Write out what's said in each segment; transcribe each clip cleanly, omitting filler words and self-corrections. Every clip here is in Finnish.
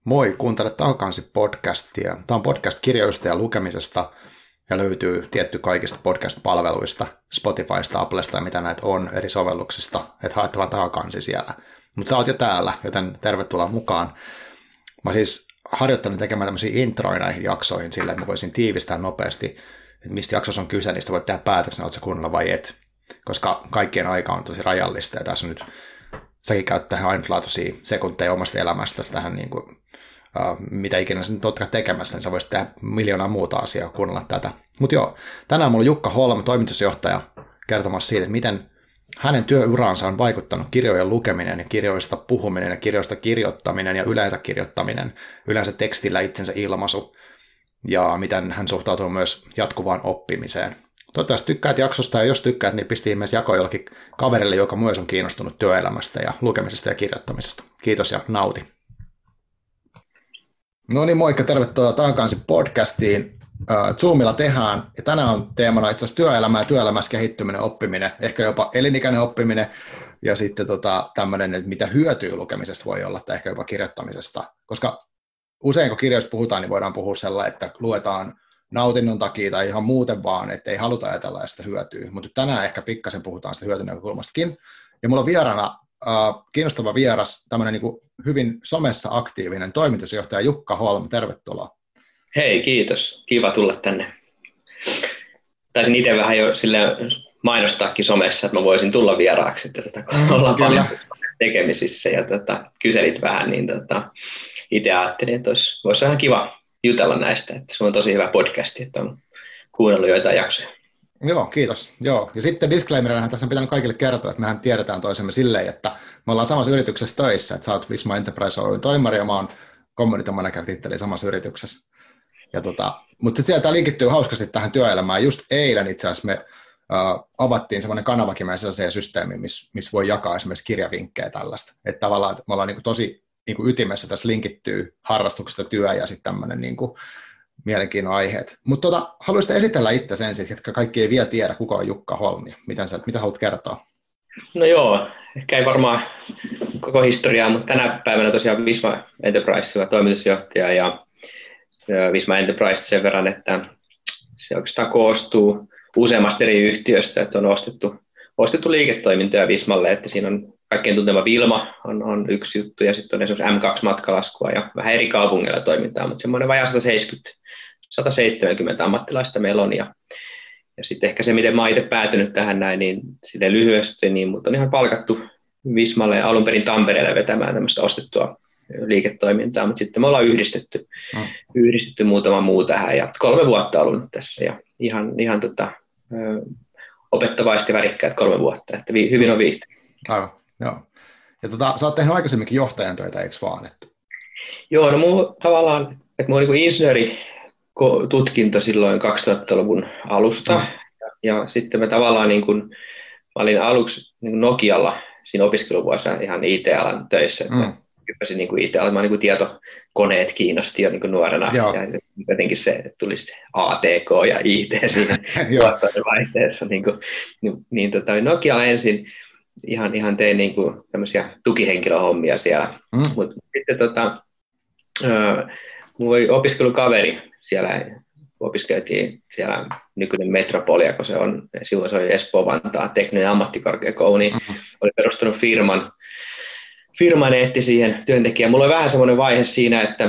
Moi, kuuntelet Takakansi podcastia. Tämä on podcast kirjoista ja lukemisesta ja löytyy tietty kaikista podcast-palveluista, Spotifysta, Applesta ja mitä näitä on eri sovelluksista, että haette vaan Takakansi siellä. Mutta sä oot jo täällä, joten tervetuloa mukaan. Mä siis harjoittelin tekemään tämmöisiä introja näihin jaksoihin sillä, että mä voisin tiivistää nopeasti, että mistä jaksossa on kyse, niistä voit tehdä päätöksen, ootko sä kuunnella vai et. Koska kaikkien aika on tosi rajallista ja tässä on nyt, säkin käyt tähän ainutlaatuisia sekunteja omasta elämästäsi tähän niin kuin, mitä ikinä sä nyt ootkaan tekemässä, niin sä voisit tehdä miljoonaa muuta asiaa kuunnella tätä. Mutta joo, tänään mulla on Jukka Holm, toimitusjohtaja, kertomassa siitä, että miten hänen työuraansa on vaikuttanut kirjojen lukeminen ja kirjoista puhuminen ja kirjoista kirjoittaminen ja yleensä kirjoittaminen, yleensä tekstillä itsensä ilmaisu ja miten hän suhtautuu myös jatkuvaan oppimiseen. Toivottavasti tykkäät jaksosta ja jos tykkäät, niin pisti ihmeessä jako jollekin kaverille, joka myös on kiinnostunut työelämästä ja lukemisesta ja kirjoittamisesta. Kiitos ja nauti. No niin, moikka, tervetuloa Takakansi podcastiin. Zoomilla tehdään, ja tänään on teemana itse asiassa työelämä ja työelämässä kehittyminen, oppiminen, ehkä jopa elinikäinen oppiminen, ja sitten tämmöinen, että mitä hyötyä lukemisesta voi olla, tai ehkä jopa kirjoittamisesta. Koska usein kun kirjoista puhutaan, niin voidaan puhua sellainen, että luetaan nautinnon takia tai ihan muuten vaan, että ei haluta ajatella sitä hyötyä. Mutta tänään ehkä pikkasen puhutaan sitä hyötynäkökulmastakin. Ja mulla on vieraana kiinnostava vieras, tämmöinen niin kuin hyvin somessa aktiivinen toimitusjohtaja Jukka Holm. Tervetuloa. Hei, kiitos. Kiva tulla tänne. Taisin itse vähän jo mainostaakin somessa, että mä voisin tulla vieraaksi, että ollaan paljon tekemisissä ja kyselit vähän, niin itse ajattelin, että voisi ihan kiva jutella näistä, että se on tosi hyvä podcasti, että on kuunnellut joitain jaksoja. Joo, kiitos. Joo. Ja sitten disclaimerina tässä on pitänyt kaikille kertoa, että mehän tiedetään toisemme silleen, että me ollaan samassa yrityksessä töissä, että sä oot Visma Enterprise Oy toimari ja mä oon community manager-titteli samassa yrityksessä. Ja mutta sieltä tämä linkittyy hauskasti tähän työelämään. Just eilen itse asiassa me avattiin semmoinen kanavakin meidän systeemi, missä voi jakaa esimerkiksi kirjavinkkejä tällaista. Että tavallaan että me ollaan niin kuin tosi niin kuin ytimessä tässä linkittyy harrastuksesta työ ja sitten tämmöinen niin kuin mielenkiinnon aiheet. Mutta haluaisitte esitellä itse ensin, että kaikki ei vielä tiedä, kuka on Jukka Holm. Mitä haluat kertoa? No joo, ehkä ei varmaan koko historiaa, mutta tänä päivänä tosiaan Visma Enterprise toimitusjohtaja ja Visma Enterprise sen verran, että se oikeastaan koostuu useammasta eri yhtiöstä, että on ostettu liiketoimintoja Vismalle, että siinä on kaikkein tuntema Vilma on yksi juttu ja sitten on esimerkiksi M2-matkalaskua ja vähän eri kaupungeilla toimintaa, mutta semmoinen vajaa 170 ammattilaista meillä on ja sitten ehkä se, miten mä oon itse päätynyt tähän näin, niin silleen lyhyesti, niin mut on ihan palkattu Vismalle alun perin Tampereelle vetämään tämmöistä ostettua liiketoimintaa, mutta sitten me ollaan yhdistetty muutama muu tähän ja 3 vuotta ollut tässä ja ihan opettavaisesti värikkäät 3 vuotta, että hyvin on viihtynyt. Aivan, joo. Ja sä oot tehnyt aikaisemminkin johtajan töitä, eikö vaan? Että... Joo, no mulla tavallaan, että mulla oli insinööritutkinto silloin 2000-luvun alusta ja sitten mä tavallaan mä olin aluksi Nokialla siinä opiskeluvuosina ihan IT-alan töissä, että hyppäsin IT-alan, mä tietokoneet kiinnosti jo nuorena ja jotenkin se tuli se ATK ja IT siinä vaihteessa. Nokia ensin ihan tein tämmöisiä tukihenkilöhommia siellä, mutta sitten mulla oli opiskelukaveri siellä, opiskeltiin siellä nykyinen Metropolia, kun silloin se oli Espoo-Vantaan tekninen ammattikorkeakoulu, niin oli perustanut firman eetti siihen työntekijään. Mulla oli vähän semmoinen vaihe siinä, että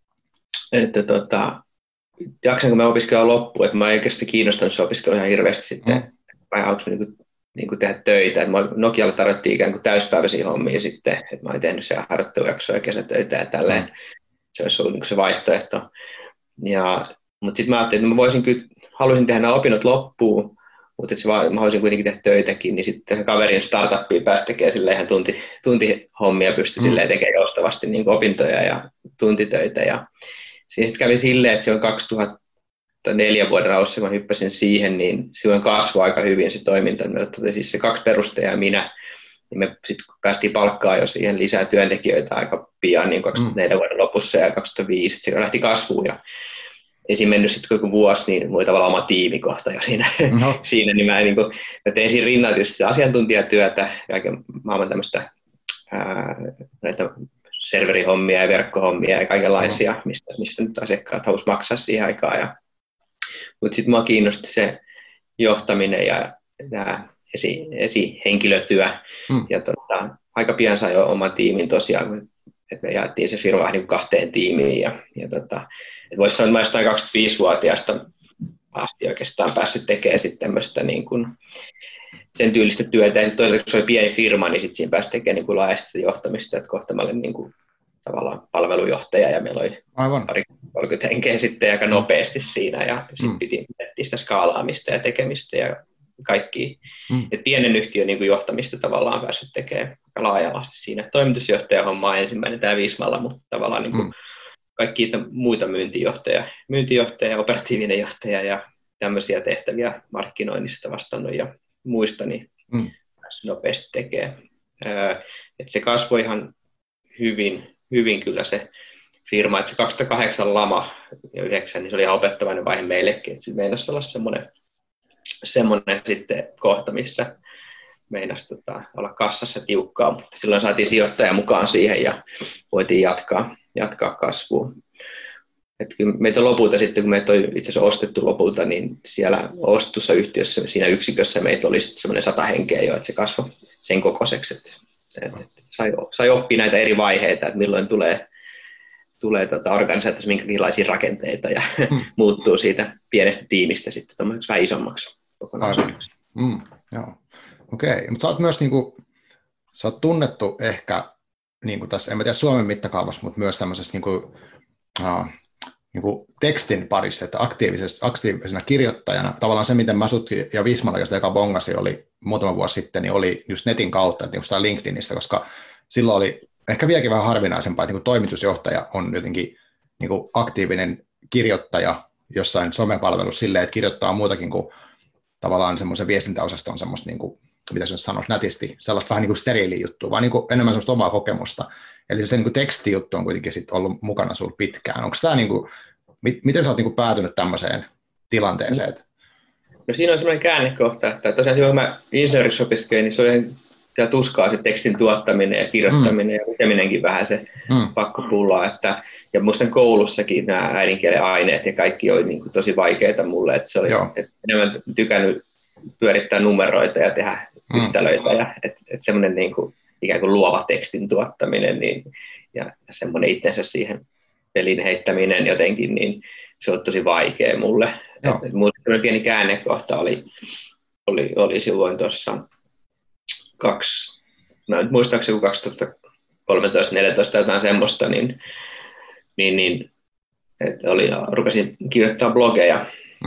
jaksanko mä opiskella loppuun, että mä en oikeasti kiinnostanut se opiskelu ihan hirveästi sitten, vai haluatko tehdä töitä. Että Nokialle tarvittiin ikään kuin täyspäiväisiä hommia sitten, että mä olin tehnyt siellä harjoittelujaksoja ja kesätöitä ja tälleen. Se olisi ollut se vaihtoehto. Mutta sitten mä ajattelin, että haluaisin tehdä nämä opinnot loppuun, mutta mä haluaisin kuitenkin tehdä töitäkin, niin sitten kaverin startuppiin pääsi tekemään ihan tuntihommia, pystyi tekemään joustavasti opintoja ja tuntitöitä. Ja sitten kävi silleen, että se on 2004 vuoden alussa, kun mä hyppäsin siihen, niin silloin kasvoi aika hyvin se toiminta. Meillä oli siis se 2 perustajaa ja minä, niin me sitten päästiin palkkaan jo siihen lisää työntekijöitä aika pian, niin 2004 vuoden lopussa ja 2005, se lähti kasvuun. Ja ei siinä mennyt sitten koko vuosi, niin mulla oli tavallaan oma tiimi kohta jo siinä, niin mä tein siinä rinnalla asiantuntijatyötä, kaiken maailman tämmöistä näitä serverihommia ja verkkohommia ja kaikenlaisia, mistä nyt asiakkaat halusivat maksaa siihen aikaan. Mutta sitten minua kiinnosti se johtaminen ja tämä esihenkilötyö. Ja aika pian sai jo oman tiimin tosiaan, että me jaettiin se firma niin 2 tiimiin. Voisi sanoa, että mä jostain 25-vuotiaasta asti oikeastaan päässyt tekemään sitten tämmöistä niin kuin sen tyylistä työtä. Ja sitten toisaalta, kun se oli pieni firma, niin sitten siinä pääsi tekemään niin kuin laajasti johtamista, että kohta mä olin niin kuin tavallaan palvelujohtaja ja meillä oli 30 henkeä sitten aika nopeasti siinä ja sitten piti miettiä sitä skaalaamista ja tekemistä ja kaikki. Et pienen yhtiön niin kuin johtamista tavallaan päässyt tekemään laaja-alaisesti siinä. Toimitusjohtaja homma ensimmäinen tämä Vismalla, mutta tavallaan niin kuin kaikki muita myyntijohtaja, operatiivinen johtaja ja tämmöisiä tehtäviä markkinoinnista vastannut ja muista, niin päässyt nopeasti tekemään. Et se kasvoi ihan hyvin kyllä se firma, että 2008 lama ja 2009, niin se oli ihan opettavainen vaihe meillekin, että sitten meinasi olla semmoinen sitten kohta, missä meinasi olla kassassa tiukkaa, mutta silloin saatiin sijoittaja mukaan siihen ja voitiin jatkaa kasvua. Että meitä on lopulta sitten, kun meitä on itse asiassa ostettu lopulta, niin siellä ostetussa yhtiössä, siinä yksikössä meitä oli sitten semmoinen 100 henkeä jo, että se kasvoi sen kokoiseksi, että sai oppia näitä eri vaiheita, että milloin tulee organisaatiossa minkälaisia rakenteita ja muuttuu siitä pienestä tiimistä sitten vähän isommaksi kokonaisuudeksi. Joo. Okei, mutta sä oot myös sä oot tunnettu ehkä tässä, en tiedä Suomen mittakaavassa, mutta myös tämmöisessä tekstin parissa, että aktiivisena kirjoittajana, tavallaan se, miten mä sut ja Vismalla, joka bongasi oli muutama vuosi sitten, niin oli just netin kautta, että niin LinkedInistä, koska silloin oli ehkä vieläkin vähän harvinaisempaa, että toimitusjohtaja on jotenkin aktiivinen kirjoittaja jossain somepalvelussa silleen, että kirjoittaa muutakin kuin tavallaan semmoisen viestintäosaston semmoista, mitä se sanoisi nätisti, sellaista vähän steriiliä juttua, vaan enemmän semmoista omaa kokemusta. Eli se tekstijuttu on kuitenkin sit ollut mukana sinulla pitkään. Onko tämä, miten sä oot päätynyt tämmöiseen tilanteeseen? No siinä on semmoinen käännekohta, että tosiaan silloin kun mä insinööriksi opiskelin, niin se oli ja tuskaa se tekstin tuottaminen ja kirjoittaminen ja lukeminenkin vähän se pakkopullaa. Ja muistan koulussakin nämä äidinkielen aineet ja kaikki oli tosi vaikeita mulle, että se oli enemmän tykännyt pyörittää numeroita ja tehdä yhtälöitä ja että semmoinen ikään kuin luova tekstin tuottaminen ja semmoinen itsensä siihen pelin heittäminen jotenkin, niin se on tosi vaikea mulle. Mulla pieni käännekohta oli silloin tuossa mä en muistaakseni 2013-2014 jotain semmoista, että rupesin kirjoittaa blogeja.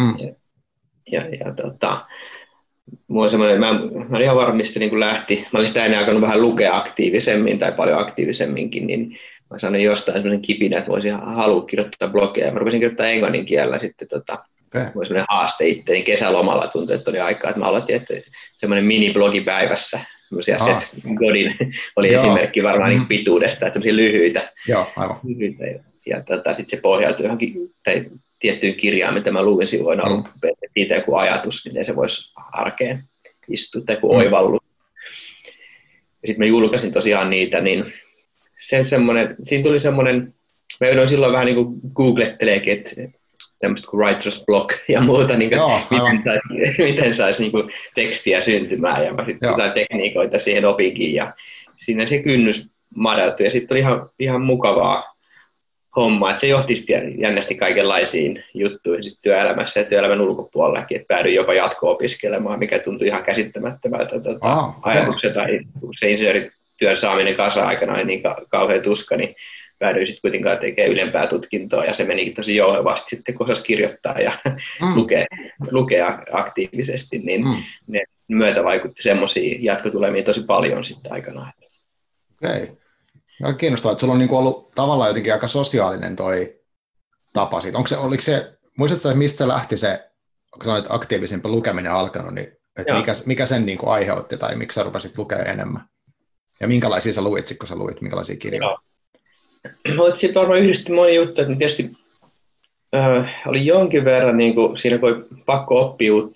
Mulla semmoinen, mä olin ihan varma, mistä lähti. Mä olin sitä ennen alkanut vähän lukea aktiivisemmin tai paljon aktiivisemminkin, niin mä sanoin jostain semmoisen kipinä, että voisin halua kirjoittaa blogeja. Mä rupesin kirjoittaa englannin kielellä sitten mulla semmoinen haaste itseäni kesälomalla tuntui, että oli aikaa, että mä aloitin, että semmoinen mini-blogi päivässä, semmoisia Seth Godin oli esimerkki varmaan pituudesta, että semmoisia lyhyitä. Joo, aivan. Ja sitten se pohjautui johonkin tiettyyn kirjaan, mitä mä luin silloin alun siitä joku ajatus, miten se voisi arkeen istua tai joku oivallus. Ja sitten mä julkaisin tosiaan niitä, niin siinä tuli semmoinen, mä jouduin silloin vähän niin kuin googletteleekin, että tämmöistä kuin writer's block ja muuta, miten saisi niin kuin tekstiä syntymään, ja mä sitten jotain tekniikoita siihen opinkin, ja siinä se kynnys madaltui, ja sitten oli ihan mukavaa hommaa, että se johti jännästi kaikenlaisiin juttuihin sit työelämässä ja työelämän ulkopuolellakin, että päädyin jopa jatko-opiskelemaan, mikä tuntui ihan käsittämättömältä ajatuksen, tai se insinöörityön saaminen kasa-aikana ei niin kauhean tuska, niin päädyin sitten kuitenkaan tekemään ylempää tutkintoa, ja se menikin tosi jouhevasti sitten, kun osasi kirjoittaa ja lukea aktiivisesti, niin ne myötä vaikutti semmoisiin jatkotulemiin tosi paljon sitten aikanaan. Okei. No, kiinnostavaa, että sulla on ollut tavallaan jotenkin aika sosiaalinen toi tapa siitä. Muistatko sä, mistä se lähti se, kun sanoit aktiivisempi lukeminen alkanut, niin mikä sen aiheutti tai miksi sä rupesit lukemaan enemmän? Ja minkälaisia sä luit, kun sä luit, minkälaisia kirjoja? Sitten varmaan yhdisti moni juttu, että tietysti oli jonkin verran, siinä kun oli pakko oppia uutta, niin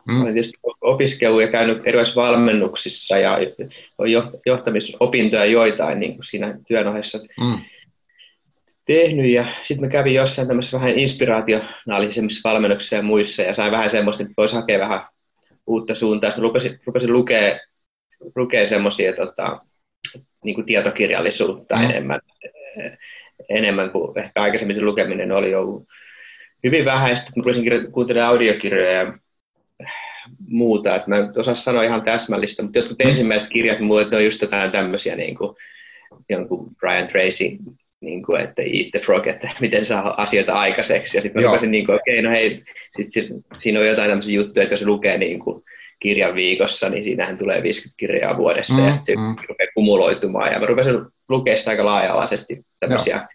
Olen tietysti opiskellut ja käynyt erilaisissa valmennuksissa ja on johtamisopintoja joitain niin kuin siinä työn ohessa tehnyt. Ja sitten mä kävin jossain tämmöisessä vähän inspiraationaalisemmissa valmennuksissa ja muissa ja sain vähän semmoista, että voisi hakea vähän uutta suuntaa. Sitten rupesin lukea semmoisia niin kuin tietokirjallisuutta enemmän kuin ehkä aikaisemmin se lukeminen oli ollut hyvin vähäistä. Mä rupesin kuuntelemaan audiokirjoja ja muuta, että mä en osaa sanoa ihan täsmällistä, mutta jotkut ensimmäiset kirjat mulle, ne on just jotain tämmöisiä niin kuin jonkun Brian Tracy, niin kuin, että Eat the Frog, että miten saa asioita aikaiseksi. Ja sitten mä rupesin niin kuin, okei, no hei, siinä on jotain tämmöisiä juttuja, että jos lukee niin kuin kirjan viikossa, niin siinähän tulee 50 kirjaa vuodessa ja sitten se rupeaa kumuloitumaan. Ja mä rupesin lukemaan sitä aika laaja-alaisesti tämmöisiä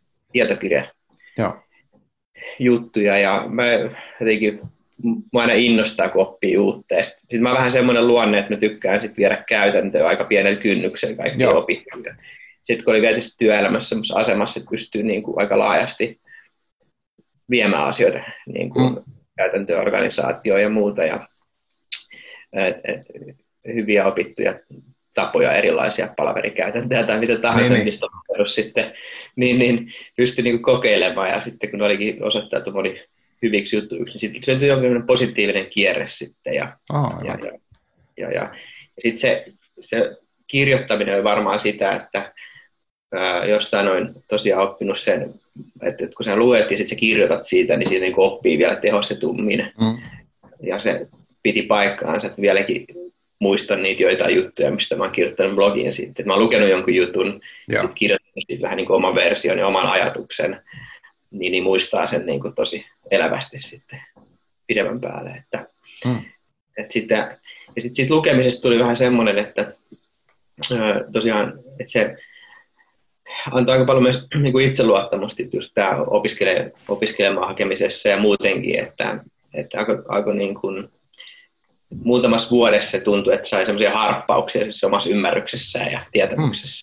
tietokirjajuttuja ja mä jotenkin mä aina innostaa, kun oppii uutta. Sitten mä oon vähän semmoinen luonne, että mä tykkään sit viedä käytäntöön aika pienellä kynnyksellä kaikki opittuja. Sitten kun oli vielä työelämässä semmoisessa asemassa, että pystyy niin kuin aika laajasti viemään asioita niin kuin käytäntöön, organisaatioon ja muuta. Ja, hyviä opittuja tapoja, erilaisia palaverikäytäntöjä tai mitä tahansa, mistä on oppinut sitten, niin pystyi niin kuin kokeilemaan. Ja sitten kun olikin osoittautunut moni hyviksi juttuiksi, niin sitten syntyi jonkinlainen positiivinen kierre sitten. Ja sitten se kirjoittaminen on varmaan sitä, että jostain olen tosiaan oppinut sen, että kun sä luet ja sitten sä kirjoitat siitä, niin siinä niin oppii vielä tehostetummin. Ja se piti paikkaansa, että vieläkin muistan niitä joitain juttuja, mistä mä oon kirjoittanut blogiin sitten. Mä oon lukenut jonkun jutun, sitten kirjoittanut siitä vähän niin kuin oman version ja oman ajatuksen, niin muistaa sen niin kuin tosi elävästi sitten pidemmän päälle. Että sitten lukemisesta tuli vähän semmoinen, että tosiaan, että se antaa aika paljon myös niin kuin itseluottamusta just tämä opiskelemaan hakemisessa ja muutenkin, että alkoi niin kuin muutamassa vuodessa se tuntui, että sai semmoisia harppauksia siis omassa ymmärryksessään ja tietämyksessä.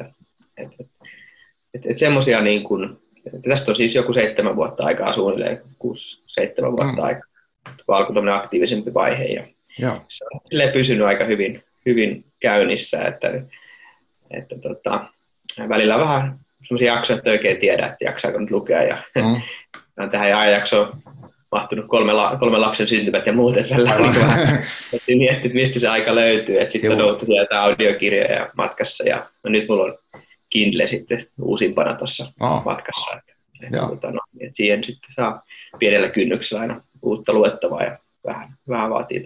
Semmoisia niin kuin, tästä on siis joku 7 vuotta aikaa suunnilleen, 6-7 vuotta aikaa, kun alkoi tämmöinen aktiivisempi vaihe. Ja se on pysynyt aika hyvin käynnissä, että välillä on vähän semmoisia jaksoja, että oikein tiedä, että jaksaako nyt lukea. Ja on tähän ajanjaksoon mahtunut 3 lapsen syntymät ja muut, että välillä on vähän miettinyt, että mistä se aika löytyy. Että sitten on ollut sieltä audiokirjoja matkassa ja nyt mulla on Kindle sitten uusimpana tuossa matkassa. Että siihen sitten saa pienellä kynnyksellä aina uutta luettavaa ja vähän vaatii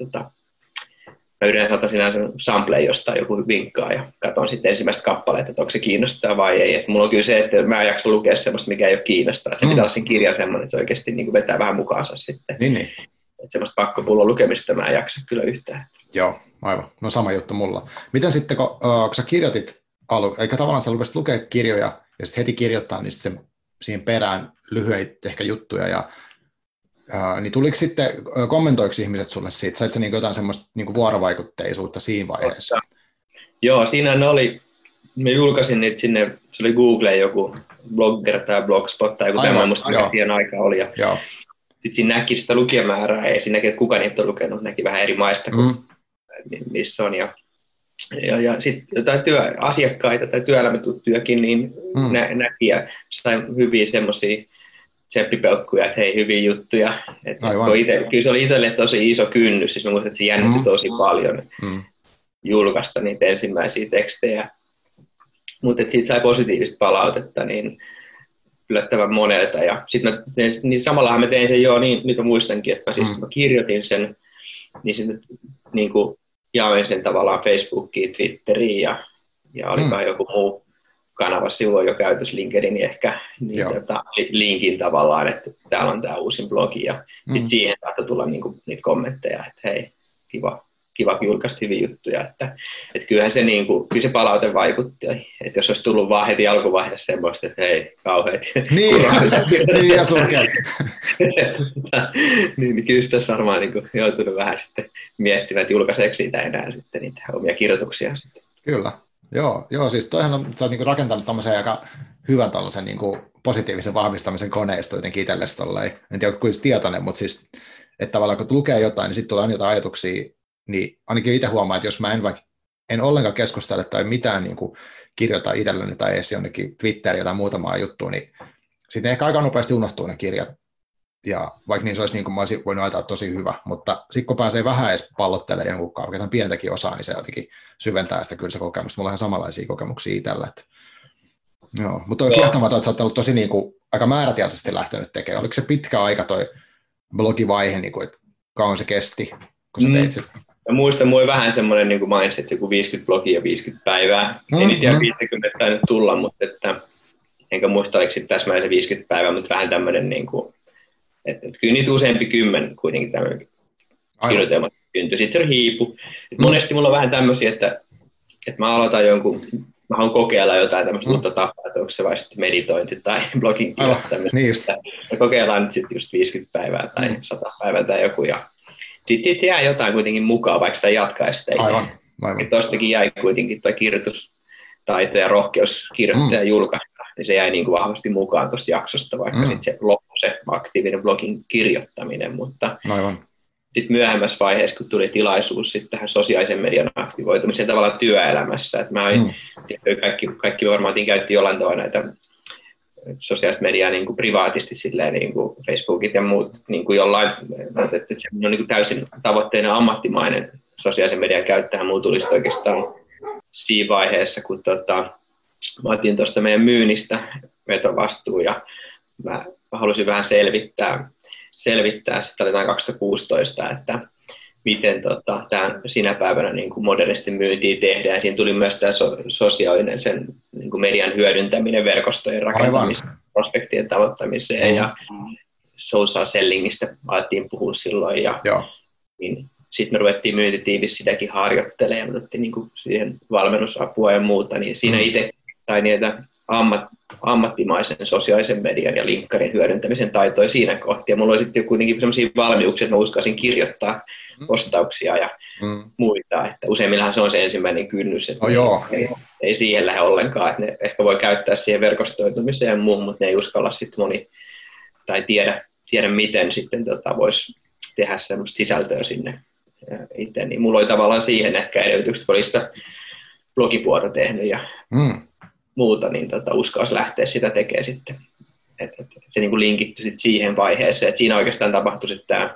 mä yleensä otan sinä sen sampleen jostain joku vinkkaa ja katson sitten ensimmäistä kappaleita, että onko se kiinnostaa vai ei. Että mulla on kyllä se, että mä en jaksa lukea semmoista, mikä ei ole kiinnostaa. Että se pitää olla sen kirjan semmoinen, että se oikeasti niin kuin vetää vähän mukaansa sitten. Niin. Että semmoista pakkopullon lukemista mä en jaksa kyllä yhtään. Joo, aivan. No sama juttu mulla. Miten sitten, kun sä kirjoitit eikä tavallaan sä lukasit lukea kirjoja ja sitten heti kirjoittaa niin sitten siihen perään lyhyitä ehkä juttuja niin tuliko sitten, kommentoiko ihmiset sulle siitä? Sait sä niin jotain semmoista niin vuorovaikutteisuutta siinä vaiheessa? Joo, siinä oli, mä julkaisin niitä sinne, se oli Googleen joku Blogger tai Blogspot tai joku tämmöinen, musta siihen aikaan oli. Sitten siinä näki sitä lukijamäärää ja siinä näki, että kuka niitä on lukenut, näki vähän eri maista kuin missä on. Ja sitten jotain asiakkaita tai työelämätuttujakin niin näki ja sai hyviä semmoisia tseppipeukkuja, että hei, hyviä juttuja. Kyllä se oli itselle tosi iso kynnys, siis mä muistan, että se jännitti tosi paljon julkaista niitä ensimmäisiä tekstejä. Mutta siitä sai positiivista palautetta niin yllättävän monelta. Ja sitten niin samallahan mä tein sen niin nyt mä muistankin, että mä kirjoitin sen, niin sitten niin kuin jaoin sen tavallaan Facebookiin, Twitteriin ja olipa joku muu kanava silloin jo käytössä, LinkedIn ehkä, niin linkin tavallaan, että täällä on tämä uusin blogi ja sitten siihen saattaa tulla niinku niitä kommentteja, että hei, kiva julkaista hyviä juttuja, että kyllähän se, kyllä se palaute vaikutti, että jos olisi tullut vaan heti alkuvaiheessa semmoista, että hei, kauheat. Niin ja surkeat. niin kyllä tässä varmaan joutunut vähän sitten miettimään, että julkaiseeko siitä enää sitten niitä omia kirjoituksia. Kyllä. Joo, siis toihan on, sä oot niinku rakentanut tommosen aika hyvän niinku positiivisen vahvistamisen koneisto jotenkin itsellesi tolleen. En tiedä, kuinka tietoinen, mutta siis että tavallaan kun lukee jotain, niin sitten tulee aina jotain ajatuksia, niin ainakin itse huomaa, että jos mä en ollenkaan keskustele tai mitään niin kuin kirjoita itselleni tai edes jonnekin Twitteriin tai muutamaa juttua, niin sitten ehkä aika nopeasti unohtuu ne kirjat. Ja vaikka niin se olisi niin kuin mä olisin voinut ajatella tosi hyvä, mutta sitten kun pääsee vähän edes pallottelemaan jonkun oikeastaan pientäkin osaa, niin se jotenkin syventää sitä kyllä se kokemusta. Mulla on ihan samanlaisia kokemuksia itsellä. Joo, mutta on kiehtomaton, että sä oot ollut tosi niin kuin, aika määrätietoisesti lähtenyt tekemään. Oliko se pitkä aika toi blogivaihe, niin kuin, että kauan se kesti, kun sä teit sitä? Mä muistan, mulla oli vähän semmoinen niin kuin mindset, joku 50 blogia ja 50 päivää. Ei niitä ihan 50 tainnut tulla, mutta enkä muista, oliko sitten täsmälleen se 50 päivää, mutta vähän tämmöinen, niin kuin, että kyllä niitä useampi 10 kuitenkin tämmöinen kirjoitelma syntyi. Sitten se hiipu. Monesti mulla on vähän tämmöisiä, että mä aloitan jonkun, mä haluan kokeilla jotain tämmöistä uutta tapaa, että onko se vai sitten meditointi tai blogin kirjoittamista. Niin just. Ja kokeillaan nyt sitten just 50 päivää tai 100 päivää tai joku. Ja sitten jää jotain kuitenkin mukaan, vaikka sitä jatkaisi sitä. Aivan. Tuostakin jäi kuitenkin tuo kirjoitustaito ja rohkeus kirjoittaa ja julkaista, niin se jäi niin kuin vahvasti mukaan tuosta jaksosta, vaikka sitten se loppui se aktiivinen blogin kirjoittaminen. Mutta sitten myöhemmässä vaiheessa, kun tuli tilaisuus sitten tähän sosiaalisen median aktivoitumiseen tavallaan työelämässä, että mä olin, kaikki varmaan käytti jollain tavalla näitä sosiaalista mediaa niin kuin privaatisti silleen, niin kuin Facebookit ja muut niin kuin jollain, että se on niin kuin täysin tavoitteena ammattimainen sosiaalisen median käyttäjä. Mulla tulisi oikeastaan siinä vaiheessa, kun mä otin tuosta meidän myynnistä vetovastuu ja mä halusin vähän selvittää sitten oli 2016, että miten sinä päivänä niin kuin modernisti myyntiä tehdään. Ja siinä tuli myös tämä sosiaalinen sen niin kuin median hyödyntäminen verkostojen rakentamiseen, prospektien tavoittamiseen ja social sellingistä alettiin puhua silloin. Ja niin sitten me ruvettiin myyntitiivis sitäkin harjoittelemaan ja otettiin niin kuin siihen valmennusapua ja muuta. Niin siinä itse tai niitä ammattimaisen sosiaalisen median ja linkkarin hyödyntämisen taitoja siinä kohti. Ja mulla oli sitten kuitenkin sellaisia valmiuksia, että mä uskalsin kirjoittaa postauksia ja muita. Että useimmillahan se on se ensimmäinen kynnys, että ei siihen lähde ollenkaan. Että ne ehkä voi käyttää siihen verkostoitumiseen ja muuhun, mutta ne ei uskalla sitten tai tiedä miten sitten voisi tehdä semmoista sisältöä sinne itse. Niin mulla oli tavallaan siihen ehkä edellytykset, kun oli sitä blogipuolta tehnyt ja muuta, niin uskalsi lähteä sitä tekemään sitten. Se niin kuin linkittyi sitten siihen vaiheeseen, että siinä oikeastaan tapahtui sitten tämä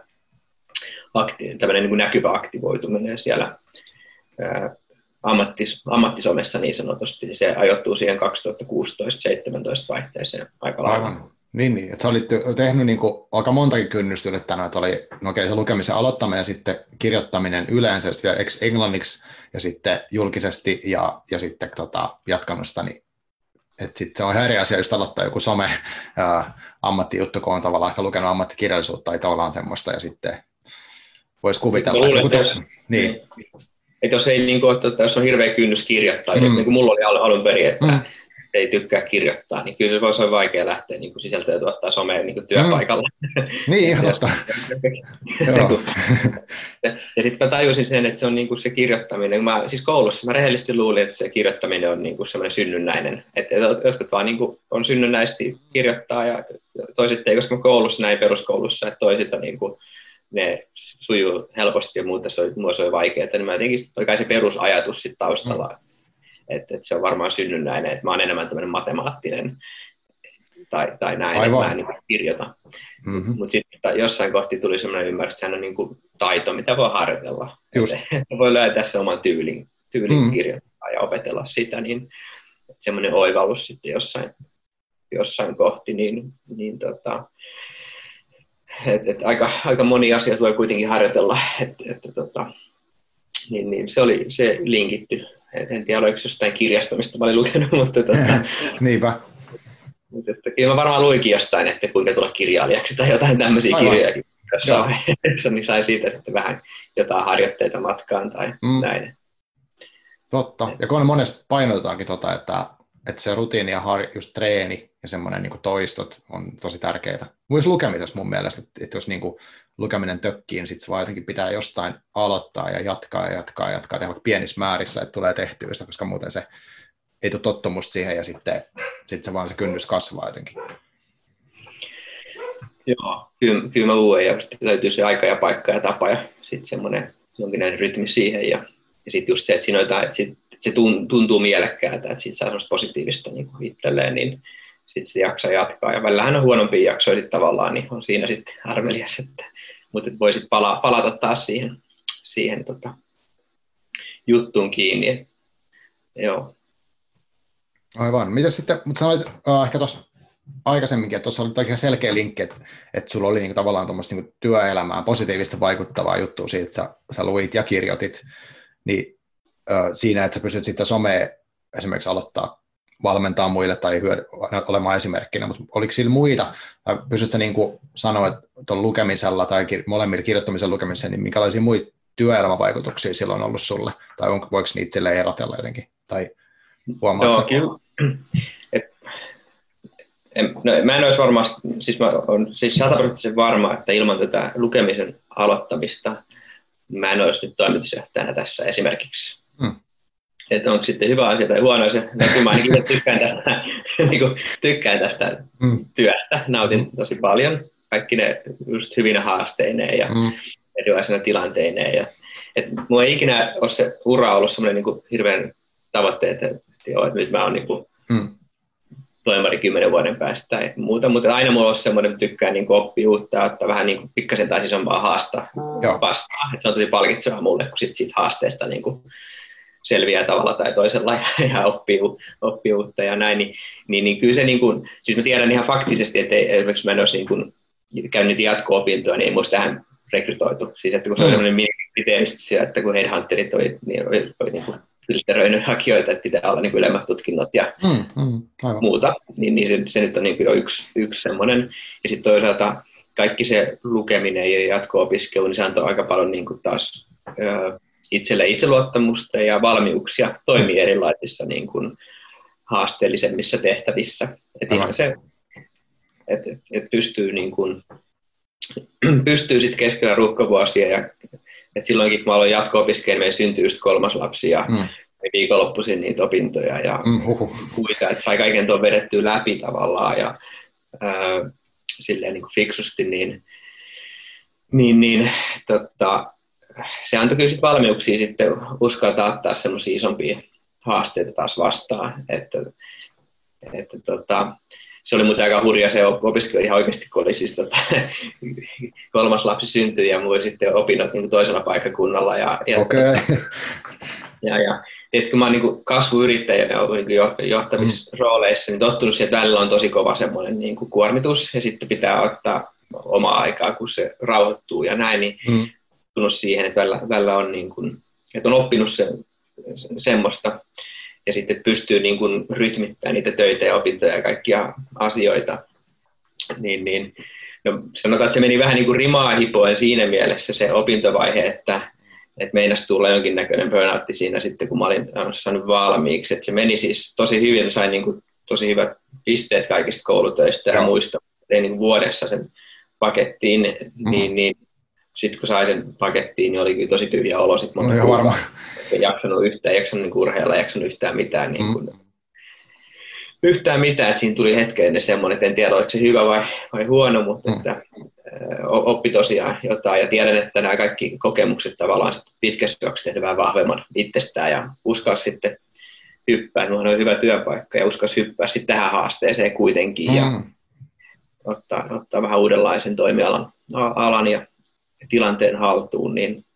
tämmöinen niin kuin näkyvä aktivoituminen siellä ammattisomessa niin sanotusti. Se ajoittuu siihen 2016-2017 vaihteeseen aika lailla. Aivan. Niin, että sä olit tehnyt niin kuin aika montakin kynnystä ylittänyt, että oli se lukemisen aloittaminen, sitten kirjoittaminen yleensä, sitten vielä englanniksi ja sitten julkisesti ja sitten jatkanut sitä, niin että sitten se on eri asia, jos aloittaa joku some-ammattijuttu, kun on tavallaan ehkä lukenut ammattikirjallisuutta tai tavallaan semmoista, ja sitten voisi kuvitella. Niin. Että jos ei, niin kuin, että jos on hirveä kynnys kirjoittaa, niin kuin mulla oli alun perin, että ei tykkää kirjoittaa, niin kyllä se voisi olla vaikea lähteä niin kuin sisältöä tuottaa someen niin kuin työpaikalla. Niin, ihan totta. Ja sitten mä tajusin sen, että se on niin kuin se kirjoittaminen. Siis koulussa mä rehellisesti luulin, että se kirjoittaminen on niin kuin semmoinen synnynnäinen. Että jotkut vaan niin kuin on synnynnäisesti kirjoittaa ja toiset ei, koska mä koulussa näin peruskoulussa, että toiset on niin kuin ne sujuu helposti ja muuta, mulla se oli vaikeaa. Niin mä jotenkin, oli kai se perusajatus sitten taustalla. Että se on varmaan synnynnäinen, että mä oon enemmän tämmöinen matemaattinen tai näin, että mä en niin kirjoita. Mutta sitten jossain kohti tuli semmoinen ymmärrys, että sehän on niin kuin taito, mitä voi harjoitella. Voi löytää se oman tyylin kirjoittaa ja opetella sitä, niin semmoinen oivallus sitten jossain kohti, että aika moni asia voi kuitenkin harjoitella, niin se linkitty. En tiedä, oliko jostain kirjasta, mistä mä olin lukenut, mutta Niinpä. Kyllä mä varmaan luikin jostain, että kuinka tulla kirjailijaksi tai jotain tämmöisiä kirjoja jossain vaiheessa, niin sain siitä sitten vähän jotain harjoitteita matkaan tai näin. Totta. Ja kun monesti painotetaankin, että se rutiini ja just treeni ja semmoinen niin kuin toistot on tosi tärkeää. Myös lukemisessa mun mielestä, että jos niin kuin lukeminen tökkii, niin sitten se vaan jotenkin pitää jostain aloittaa ja jatkaa, tehdä vaikka pienissä määrissä, että tulee tehtyä sitä, koska muuten se ei tule tottumusta siihen ja sitten se vaan se kynnys kasvaa jotenkin. Joo, kyllä mä luulen, ja löytyy se aika ja paikka ja tapa ja sitten semmoinen jonkinlainen rytmi siihen ja sitten just se, että siinä on jotain, että se tuntuu mielekkäältä, että siitä saa semmoista positiivista niin kuin itselleen, niin sitten se jaksaa jatkaa. Ja välillähän on huonompia jaksoja sitten tavallaan, niin on siinä sitten arvelias, mutta voi sitten palata taas siihen juttuun kiinni. Joo. Aivan. Mitä sitten, mutta sanoit ehkä tuossa aikaisemminkin, että tuossa oli ihan selkeä linkki, että sulla oli niinku tavallaan tuommoista niinku työelämään positiivista vaikuttavaa juttua siitä, että sä luit ja kirjoitit, niin siinä, että sä pystyt sitten somea esimerkiksi aloittaa valmentaa muille tai olemaan esimerkkinä, mutta oliko sillä muita, tai pystyt sä niinku sanoa, että tuon lukemisella tai molemmilla kirjoittamisen lukemisella, niin minkälaisia muita työelämävaikutuksia sillä on ollut sulle, tai voiko niitä silleen erotella jotenkin, tai huomaat mä en olisi varmasti, siis mä olen siis 100% varma, että ilman tätä lukemisen aloittamista mä en olisi nyt toimitusjohtajana tässä esimerkiksi. Että onko sitten hyvä asia tai huono asia. Mä ainakin tykkään tästä työstä, nautin tosi paljon. Kaikki ne just hyvinä haasteineen ja erilaisena tilanteineen. Mulla ei ikinä ole se ura ollut semmoinen niin hirveän tavoitteet, että nyt mä oon niin toimari 10 vuoden päästä tai muuta, mutta aina mulla on semmoinen, että tykkään niin oppia uutta, ottaa vähän niin pikkasen taas isompaa haasta vastaan. Että se on tosi palkitsevaa mulle, kun siitä haasteesta niin selviää tavalla tai toisella ja oppii uutta ja näin. Niin kyllä se, niin kuin, siis mä tiedän ihan faktisesti, että esimerkiksi mä en olisi niin käynyt jatko-opintoja, niin ei muista tähän rekrytoitu. Siis että kun se on sellainen kriteeristö, että kun headhunterit oli niin kuin filteröinyt hakijoita, että pitää olla niin ylemmät tutkinnot ja muuta, niin se nyt on niin yksi semmoinen. Ja sitten toisaalta kaikki se lukeminen ja jatko-opiskelu, niin se antoi aika paljon niin kuin taas itselle itseluottamusta ja valmiuksia toimia erilaisissa niin kuin haasteellisemmissa tehtävissä. Että pystyy niin kuin pystyy sitten keskellä ruuhkavuosia ja et silloinkin, kun mä aloin jatko-opiskeen, meillä syntyi just 3. lapsi ja viikonloppuisin niitä opintoja ja muita, että sai kaiken tuon vedettyä läpi tavallaan ja silleen niin kuin fiksusti, niin se antoi kyllä sit valmiuksia sitten uskaltaa ottaa semmoisia isompia haasteita taas vastaan, että se oli muuten aika hurja se opiskelu ihan oikeasti, kun oli siis 3. lapsi syntyi ja mulla oli sitten opinnot niin toisella paikkakunnalla. Ja tietysti kun mä oon niin kasvuyrittäjänä ollut niin johtavissa rooleissa, niin tottunut siihen, että välillä on tosi kova semmoinen niin kuormitus ja sitten pitää ottaa omaa aikaa, kun se rauhoittuu ja näin, niin tottunut siihen, että välillä on, niin kuin, että on oppinut semmoista. Ja sitten pystyy niin kuin rytmittämään niitä töitä ja opintoja ja kaikkia asioita. No sanotaan, että se meni vähän niin kuin rimaa hipoen siinä mielessä se opintovaihe, että meinasi tulla jonkinnäköinen burnoutti siinä sitten, kun mä olin saanut valmiiksi. Että se meni siis tosi hyvin, sain niin kuin tosi hyvät pisteet kaikista koulutöistä ja muista. Tein niin kuin vuodessa sen pakettiin, niin sitten kun sai sen pakettiin, niin oli kyllä tosi tyhjä olo. Sitten en jaksanut niin urheilla, jaksanut yhtään mitään. Yhtään mitään, että siinä tuli hetken semmoinen, että en tiedä, oliko se hyvä vai huono, mutta että, oppi tosiaan jotain. Ja tiedän, että nämä kaikki kokemukset tavallaan pitkässä juoksussa tehdä vähän vahvemman itsestään ja uskalla sitten hyppää. Minulla on hyvä työpaikka ja uskalla hyppää sitten tähän haasteeseen kuitenkin ja ottaa vähän uudenlaisen toimialan ja tilanteen haltuun, niin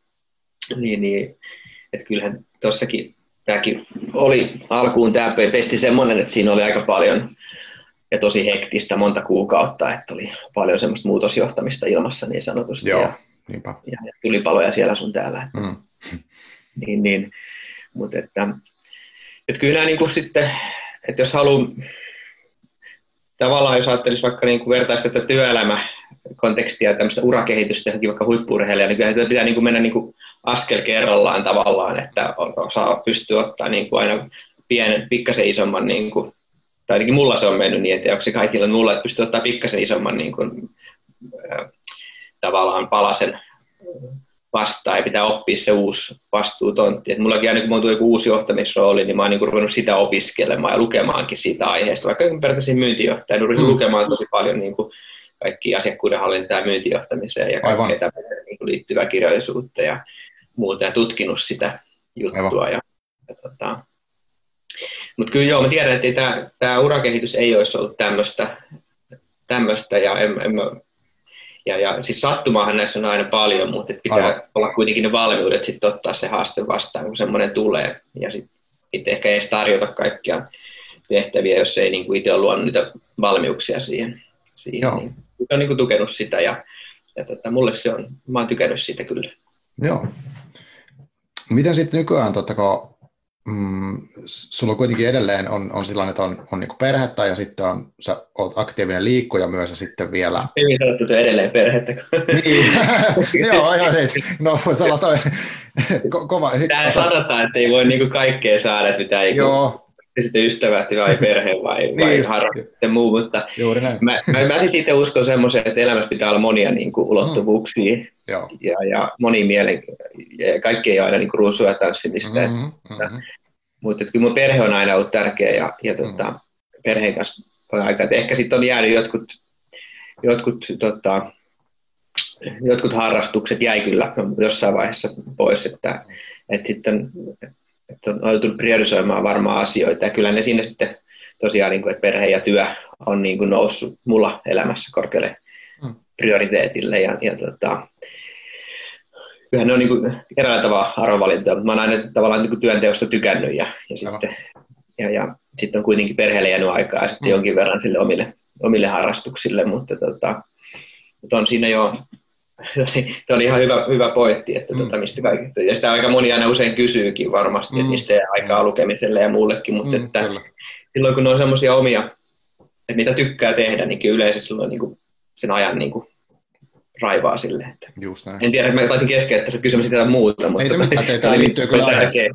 että kyllähän tuossakin tämäkin oli alkuun tämä pesti semmoinen, että siinä oli aika paljon ja tosi hektistä monta kuukautta, että oli paljon semmoista muutosjohtamista ilmassa niin sanotusti. Joo, ja tulipaloja siellä sun täällä. Mutta että kyllä niin kuin sitten, että jos haluaa tavallaan, jos ajattelisi vaikka niin kuin vertaisi tätä työelämäkontekstia ja tämmöistä urakehitystä johonkin vaikka huippu-urheilijaa, niin kyllä sitä pitää niin kuin mennä niin kuin askel kerrallaan tavallaan, että saa pystyä ottaa niin kuin aina pikkasen isomman, niin kuin, tai ainakin mulla se on mennyt niin, että onko se kaikilla mulla, että pystyy ottaa pikkasen isomman niin kuin, tavallaan palasen vastaan ja pitää oppia se uusi vastuutontti. Et mullakin aina kun mulla tuli joku uusi johtamisrooli, niin mä oon niin kuin ruvennut sitä opiskelemaan ja lukemaankin siitä aiheesta. Vaikka periaatteessa myyntijohtaja, niin lukemaan tosi paljon niin kuin kaikki asiakkuuden hallintaan ja myyntijohtamiseen ja Aivan. kaikkea tämmöiseen niin liittyvää kirjallisuutta ja muuta ja tutkinut sitä juttua. Mutta kyllä joo, mä tiedän, että tämä urakehitys ei olisi ollut tämmöistä ja siis sattumaahan näissä on aina paljon, mutta pitää olla kuitenkin ne valmiudet sitten ottaa se haaste vastaan, kun semmoinen tulee ja sitten ehkä edes tarjota kaikkia tehtäviä, jos ei niin kuin itse ole luonut niitä valmiuksia siihen. Niin, on niin kuin tukenut sitä ja mulle mä oon tykännyt siitä kyllä. Joo. Miten sitten nykyään, sulla kuitenkin edelleen on sellainen, että on niin kuin perhettä ja sitten sä olet aktiivinen liikkuja myös ja sitten vielä... Hyvin sanottu, että edelleen perhettä. Niin, joo, ihan siis. No, sanotaan kova. Tähän sanotaan, että ei voi niin kuin kaikkea saada, että pitää sitten ystävät vai perhe vai harrastus ja muu, mutta mä siis itse uskon semmoiseen, että elämässä pitää olla monia niin kuin ulottuvuuksia ja moni mielen, ja kaikki ei ole aina niin kuin ruusua ja tanssimista. Mutta kyllä mun perhe on aina ollut tärkeä ja perheen kanssa on aika, että ehkä sitten on jäänyt jotkut harrastukset jäi kyllä jossain vaiheessa pois, että sitten että on joutunut priorisoimaan varmaan asioita ja kyllä ne siinä sitten tosiaan, niin kuin, että perhe ja työ on niin kuin noussut mulla elämässä korkealle prioriteetille ja kyllähän ne on niin kuin eräällä tavalla arvovalintoja, mutta mä oon aina tavallaan niin kuin työnteosta tykännyt ja sitten on kuitenkin perheelle jäänyt aikaa ja sitten jonkin verran sille omille harrastuksille, mutta on siinä jo. Tämä oli ihan hyvä pointti, että mistä kaikista. Ja sitä aika moni aina usein kysyykin varmasti, että mistä jää aikaa lukemiselle ja muullekin, mutta että silloin kun ne on semmoisia omia, että mitä tykkää tehdä, niin kyllä yleensä silloin niin kuin sen ajan niin kuin raivaa sille. Että en tiedä, että mä taisin keskeyttää se kysymys sitä muuta, mutta ei se mitään, tämä liittyy kyllä aiheeseen.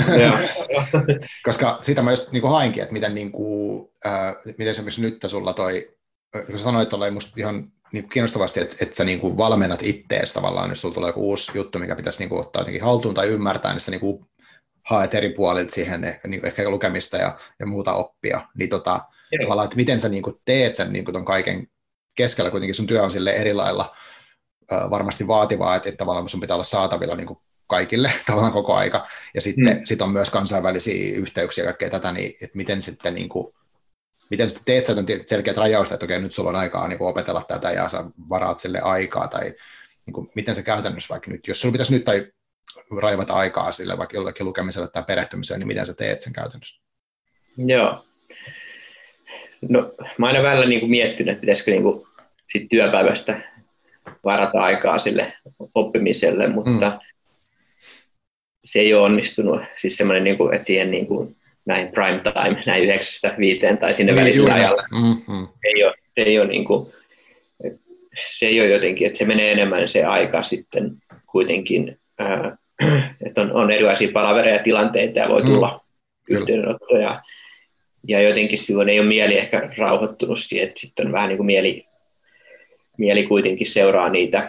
Koska sitä mä just niin kuin hainkin, että miten esimerkiksi nyt sulla kun sanoit, että oli musta ihan niin kiinnostavasti, että sä niin kuin valmennat ittees tavallaan, jos sulla tulee joku uusi juttu, mikä pitäisi niin kuin ottaa jotenkin haltuun tai ymmärtää, niin sä niin kuin haet eri puolilta siihen niin kuin ehkä lukemista ja muuta oppia, niin tavallaan, että miten sä niin kuin teet sen niin kuin ton kaiken keskellä, kuitenkin sun työ on sille eri lailla varmasti vaativaa, että tavallaan sun pitää olla saatavilla niin kuin kaikille tavallaan koko aika, ja sitten sit on myös kansainvälisiä yhteyksiä ja kaikkea tätä, niin että miten sitten niin kuin miten sitten teet sä selkeät rajausta, että okei, nyt sulla on aikaa niin kuin opetella tätä ja sä varaat sille aikaa, tai niin kuin, miten se käytännössä vaikka nyt, jos sulla pitäisi nyt tai raivata aikaa sille vaikka jollekin lukemiselle tai perehtymiselle, niin miten sä teet sen käytännössä? Joo. No, mä aina välillä niin kuin miettinyt, että pitäisikö niin kuin sit työpäivästä varata aikaa sille oppimiselle, mutta se ei ole onnistunut. Siis semmoinen, niin kuin, että siihen niin kuin näin prime time, näin 9-5 tai sinne välisellä ajalla. Ei ole niin kuin, se ei ole jotenkin, että se menee enemmän se aika sitten kuitenkin, että on erilaisia palavereja tilanteita ja voi tulla yhteydenottoja. Ja jotenkin silloin ei ole mieli ehkä rauhoittunut siihen, että sitten on vähän niin kuin mieli kuitenkin seuraa niitä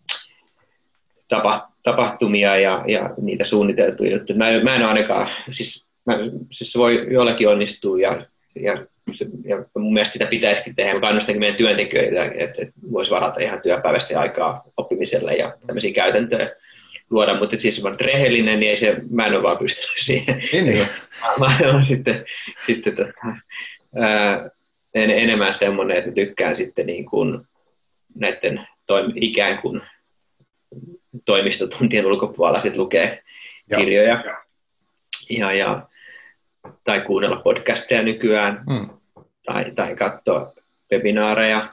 tapahtumia ja niitä suunniteltuja juttuja. Mä en ole ainakaan, siis se voi jollakin onnistua ja mun mielestä sitä pitäisikin tehdä. Mä kannustankin meidän työntekijöitä, että voisi varata ihan työpäivästä aikaa oppimiselle ja tämmöisiä käytäntöjä luoda, mutta siis mä olen rehellinen, niin mä en ole vaan pystynyt siihen. Mä olen sitten enemmän semmoinen, että tykkään sitten niin kuin näiden ikään kuin toimistotuntien ulkopuolella sit lukee kirjoja tai kuunnella podcasteja nykyään tai katsoa webinaareja.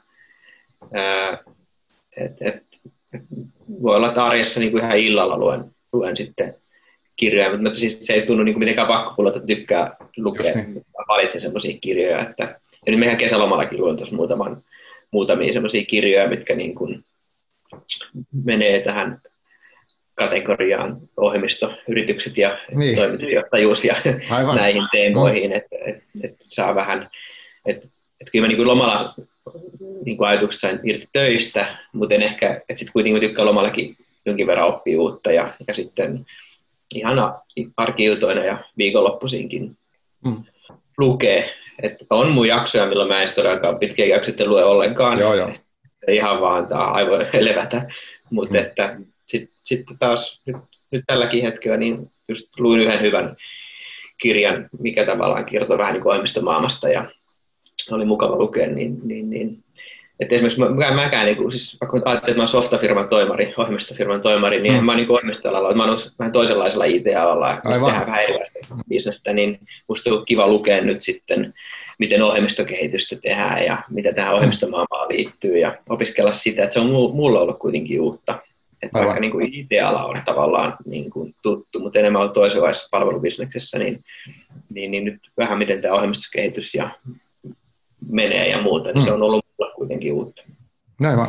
Voi olla, että arjessa niin kuin ihan illalla luen sitten kirjoja, mutta siis se ei tunnu niin kuin mitenkään pakkopuolelta, että tykkää lukea. Valitsen semmoisia kirjoja. Ja nyt meidän kesälomallakin luen tuossa muutamia semmoisia kirjoja, mitkä niin kuin menee tähän kategoriaan ohjelmistoyritykset ja toimitusjohtajuus ja näihin teemoihin, että saa vähän, että kyllä mä niin kuin lomalla niin kuin ajatuksessa sain irti töistä, mutta en ehkä, että sitten kuitenkin tykkää lomallakin jonkin verran oppia uutta ja sitten ihana arki-iltoina ja viikonloppuisinkin lukee. Että on mun jaksoja, milloin mä en todellakaan pitkiä jaksoja lue ollenkaan. ihan vaan antaa aivojen levätä. Mutta että sitten taas nyt tälläkin hetkellä niin just luin yhden hyvän kirjan, mikä tavallaan kertoo vähän niin kuin ohjelmistomaailmasta ja oli mukava lukea, niin että esimerkiksi mäkään, niin kuin, siis vaikka ajattelin, että mä oon softafirman toimari, ohjelmistofirman toimari, niin mä oon niin ohjelmistoalalla, mä oon vähän toisenlaisella IT-alalla, ja mistä tehdään vähän erilaista bisnestä, niin musta on kiva lukea nyt sitten, miten ohjelmistokehitystä tehdään ja mitä tähän ohjelmistomaailmaan liittyy ja opiskella sitä, että se on mulla ollut kuitenkin uutta. Että vaikka niin kuin IT-ala on tavallaan niin kuin tuttu, mutta enemmän on toisenlaisessa palvelubisneksessä, niin nyt vähän miten tämä ohjelmistokehitys ja menee ja muuta, niin se on ollut mulla kuitenkin uutta. Aivan.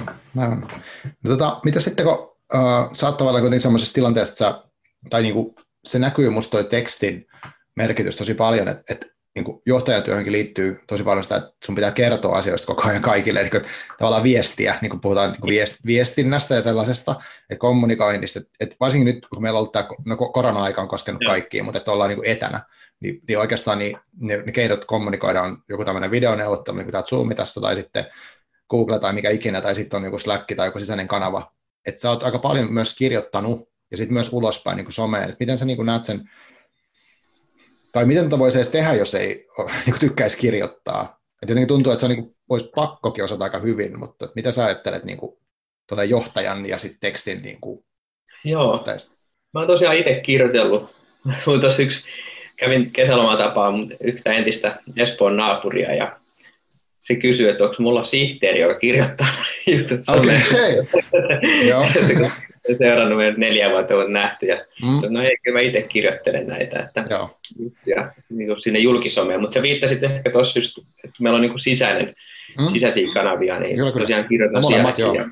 No, mitä sitten, kun sä oot tavallaan kuitenkin semmoisessa tilanteessa, että tai niin kuin, se näkyy musta toi tekstin merkitys tosi paljon, että niin kuin johtajatyöhönkin liittyy tosi paljon sitä, että sun pitää kertoa asioista koko ajan kaikille, eli tavallaan viestiä, niin kuin puhutaan niin kuin viestinnästä ja sellaisesta, että kommunikoinnista, että varsinkin nyt, kun meillä on ollut tämä korona-aika on koskenut kaikkiin, mutta että ollaan niin kuin etänä, niin oikeastaan ne keinot kommunikoida on joku tämmöinen videoneuvottelu, niin kuin tämä Zoom tässä, tai sitten Google tai mikä ikinä, tai sitten on joku Slack tai joku sisäinen kanava, että sä oot aika paljon myös kirjoittanut, ja sitten myös ulospäin niin kuin someen, että miten sä niin kuin näet sen, tai miten tätä voisi edes tehdä, jos ei niin tykkäisi kirjoittaa. Et jotenkin tuntuu, että se on, niin kuin, olisi pakkokin osata aika hyvin, mutta mitä sä ajattelet niin kuin, johtajan ja sitten tekstin? Niin kuin, Joo, mä oon tosiaan itse kirjoitellut. Kävin kesälomaa tapaan yhtä entistä Espoon naapuria ja se kysyi, että onko mulla sihteeri, joka kirjoittaa jutut someen. Okay. Seurannut meidän 4 vuotta on nähty ja no ei, kyllä mä itse kirjoittelen näitä että juttuja niin sinne julkisomeen, mutta sä viittasit ehkä tuossa just, että meillä on niin sisäisiä kanavia, niin kyllä. Tosiaan kirjoitan sielläkin.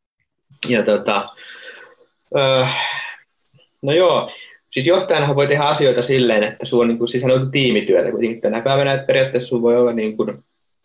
No joo, siis johtajanahan voi tehdä asioita silleen, että sulla on niin sisällä on tiimityötä kuitenkin tänä päivänä, että periaatteessa sulla voi olla niin kuin,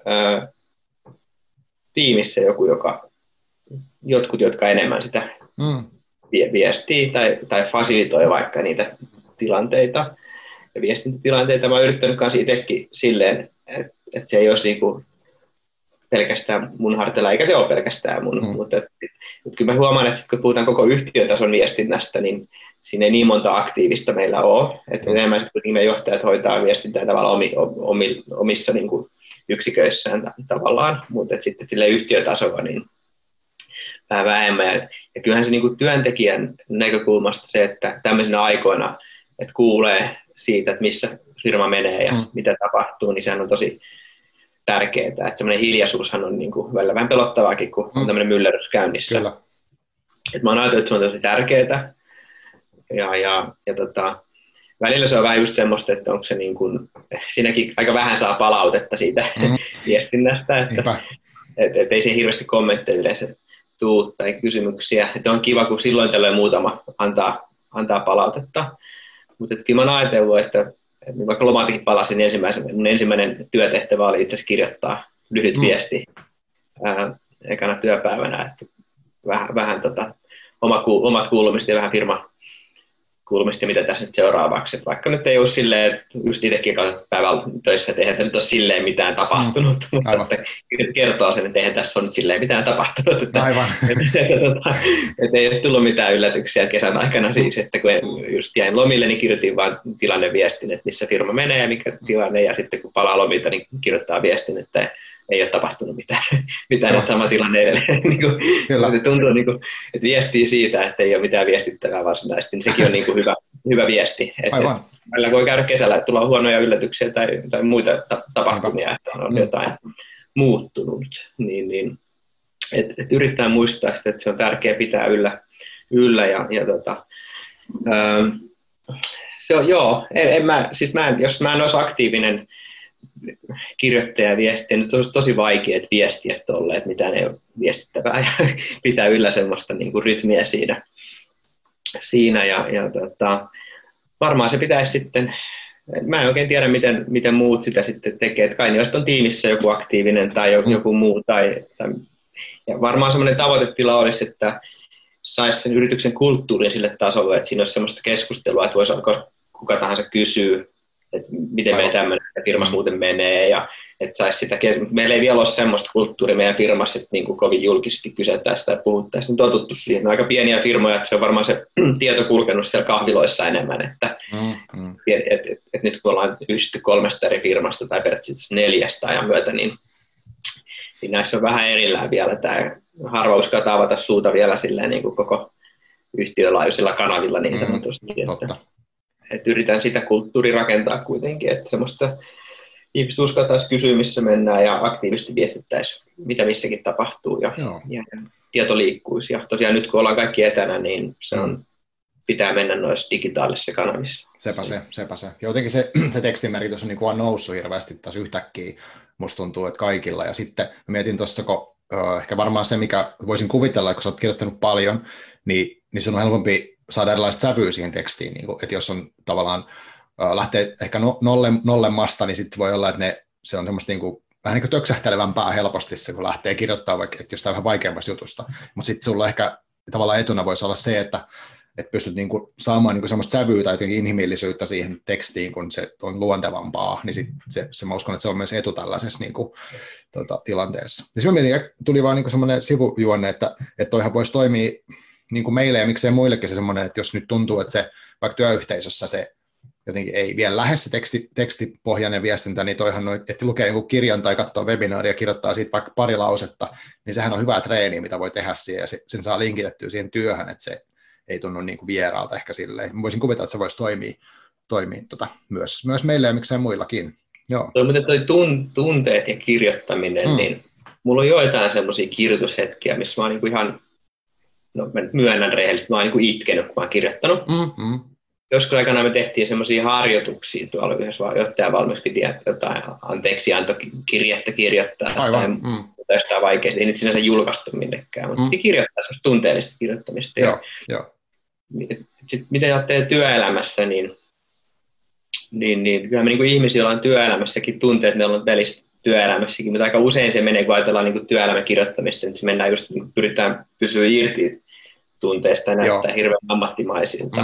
tiimissä jotkut, jotka enemmän sitä viestii tai fasilitoi vaikka niitä tilanteita ja viestintätilanteita. Mä oon yrittänyt kanssa itsekin silleen, että se ei olisi niinku pelkästään mun harteilla, eikä se ole pelkästään mun, mutta kyllä mä huomaan, että kun puhutaan koko yhtiötason viestinnästä, niin siinä ei niin monta aktiivista meillä ole, että enemmän kun nimenjohtajat hoitaa viestintää tavallaan omissa niinku yksiköissään tavallaan, mutta sitten sille yhtiötasolla niin vähän vähemmän. Ja kyllähän se niin kuin työntekijän näkökulmasta se, että tämmöisenä aikoina, että kuulee siitä, että missä firma menee ja mitä tapahtuu, niin sehän on tosi tärkeää. Että semmoinen hiljaisuushan on niin kuin välillä vähän pelottavaakin, kun on tämmöinen myllerrys käynnissä. Kyllä. Et mä oon ajatellut, että se on tosi tärkeää. Välillä se on vähän just semmoista, että onko se niin kuin, siinäkin aika vähän saa palautetta siitä viestinnästä, että ei siihen hirveästi kommentteja yleensä tuu tai kysymyksiä. Että on kiva, kun silloin tällöin muutama antaa palautetta. Mutta kyllä mä oon ajatellut, että vaikka lomatikin palasin, niin mun ensimmäinen työtehtävä oli itse asiassa kirjoittaa lyhyt viesti ekana työpäivänä. Että vähän omat kuulumista ja vähän firma kuulumista, mitä tässä nyt seuraavaksi. Että vaikka nyt ei ole silleen, että just itsekin päivällä töissä, että eihän nyt ole silleen mitään tapahtunut, mutta että kertoo sen, että eihän tässä ole nyt silleen mitään tapahtunut. Että ei ole tullut mitään yllätyksiä kesän aikana siis, että kun just jäin lomille, niin kirjoitin vaan tilanneviestin, että missä firma menee ja mikä tilanne, ja sitten kun palaa lomilta, niin kirjoittaa viestin, että ei ole tapahtunut mitään sama tilanne edelleen. Tuntuu, että viestii siitä, että ei ole mitään viestittävää varsinaisesti, niin sekin on hyvä viesti. Meillä voi käydä kesällä, että tulee huonoja yllätyksiä tai muita tapahtumia, että on jotain muuttunut. Et yrittää muistaa sitä, että se on tärkeää pitää yllä se on, jos mä en olisi aktiivinen kirjoittaja viestiä, nyt olisi tosi vaikea viestiä tolle, että mitään ei ole viestittävää ja pitää yllä semmoista niin kuin rytmiä siinä varmaan se pitäisi sitten, mä en oikein tiedä miten muut sitä sitten tekee, että kai jos on tiimissä joku aktiivinen tai joku muu ja varmaan semmoinen tavoitetila olisi, että saisi sen yrityksen kulttuurin sille tasolle, että siinä olisi semmoista keskustelua, että voisi kuka tahansa kysyä, että miten me tämmöinen firma muuten menee ja että saisi sitä, meillä ei vielä ole semmoista kulttuuria meidän firmassa, että niin kuin kovin julkisesti kysettäisiin tai puhuttaisiin, on totuttu siihen. Ne on aika pieniä firmoja, että se on varmaan se tieto kulkenut siellä kahviloissa enemmän, että et nyt kun ollaan yhdistetty 3 eri firmasta tai periaatteessa 4 ajan myötä, niin näissä on vähän erillään vielä tämä, harva uskaltaa avata suuta vielä silleen niin kuin koko yhtiölaajuisilla kanavilla niin sanotusti, että yritän sitä kulttuuria rakentaa kuitenkin, että semmoista ihmiset uskaltaisi kysyä, missä mennään ja aktiivisesti viestittäisi, mitä missäkin tapahtuu ja tieto liikkuisi. Ja tosiaan nyt kun ollaan kaikki etänä, niin se pitää mennä noissa digitaalisissa kanavissa. Sepä se. Jotenkin se tekstimerkitys on niin kuin noussut hirveästi taas yhtäkkiä. Musta tuntuu, että kaikilla. Ja sitten mietin tuossa, kun ehkä varmaan se, mikä voisin kuvitella, että kun sä oot kirjoittanut paljon, niin se on helpompi saada erilaista sävyä siihen tekstiin. Niin kuin, että jos on tavallaan lähtee ehkä nollemmasta, niin sitten voi olla, että se on semmoista niin kuin, vähän niin kuin töksähtelevämpää helposti se, kun lähtee kirjoittamaan vaikka että jostain vähän vaikeammasta jutusta. Mutta sitten sulla ehkä tavallaan etuna voisi olla se, että pystyt niin kuin saamaan niin kuin semmoista sävyä tai jotenkin inhimillisyyttä siihen tekstiin, kun se on luontevampaa, niin se mä uskon, että se on myös etu tällaisessa niin kuin, tilanteessa. Ja sitten mä mietin, tuli vaan niin semmoinen sivujuonne, että toihan voisi toimia niin kuin meille ja miksei muillekin se semmoinen, että jos nyt tuntuu, että se vaikka työyhteisössä se jotenkin ei vielä lähde se tekstipohjainen viestintä, niin toihan että lukee joku kirjan tai katsoo webinaaria ja kirjoittaa siitä vaikka pari lausetta, niin sehän on hyvää treeniä, mitä voi tehdä siihen ja sen saa linkitettyä siihen työhön, että se ei tunnu niin kuin vieraalta ehkä silleen. Voisin kuvitella, että se voisi toimia myös meille ja miksei muillakin. Joo. Toi tunteet ja kirjoittaminen, niin mulla on joitain semmoisia kirjoitushetkiä, missä mä oon niin ihan, mä myönnän rehellisesti, mä oon niin itkenyt, kun mä oon kirjoittanut. Joskus aikana me tehtiin semmoisia harjoituksia tuolla yhdessä johtaja valmiiksi piti jotain anteeksiantokirjettä kirjoittaa tai jostain vaikeasti, ei nyt sinänsä julkaistu minnekään, mutta piti kirjoittaa semmoista tunteellista kirjoittamista. Joo. Sitten mitä ajattelee työelämässä, niin kyllä me niin kuin ihmisillä on työelämässäkin tunteet, meillä on välistä työelämässäkin, mutta aika usein se menee, kun ajatellaan niin kuin työelämän kirjoittamista, niin se mennään just, niin pyritään pysyä irti tunteesta ja näyttää hirveän ammattimaisilta.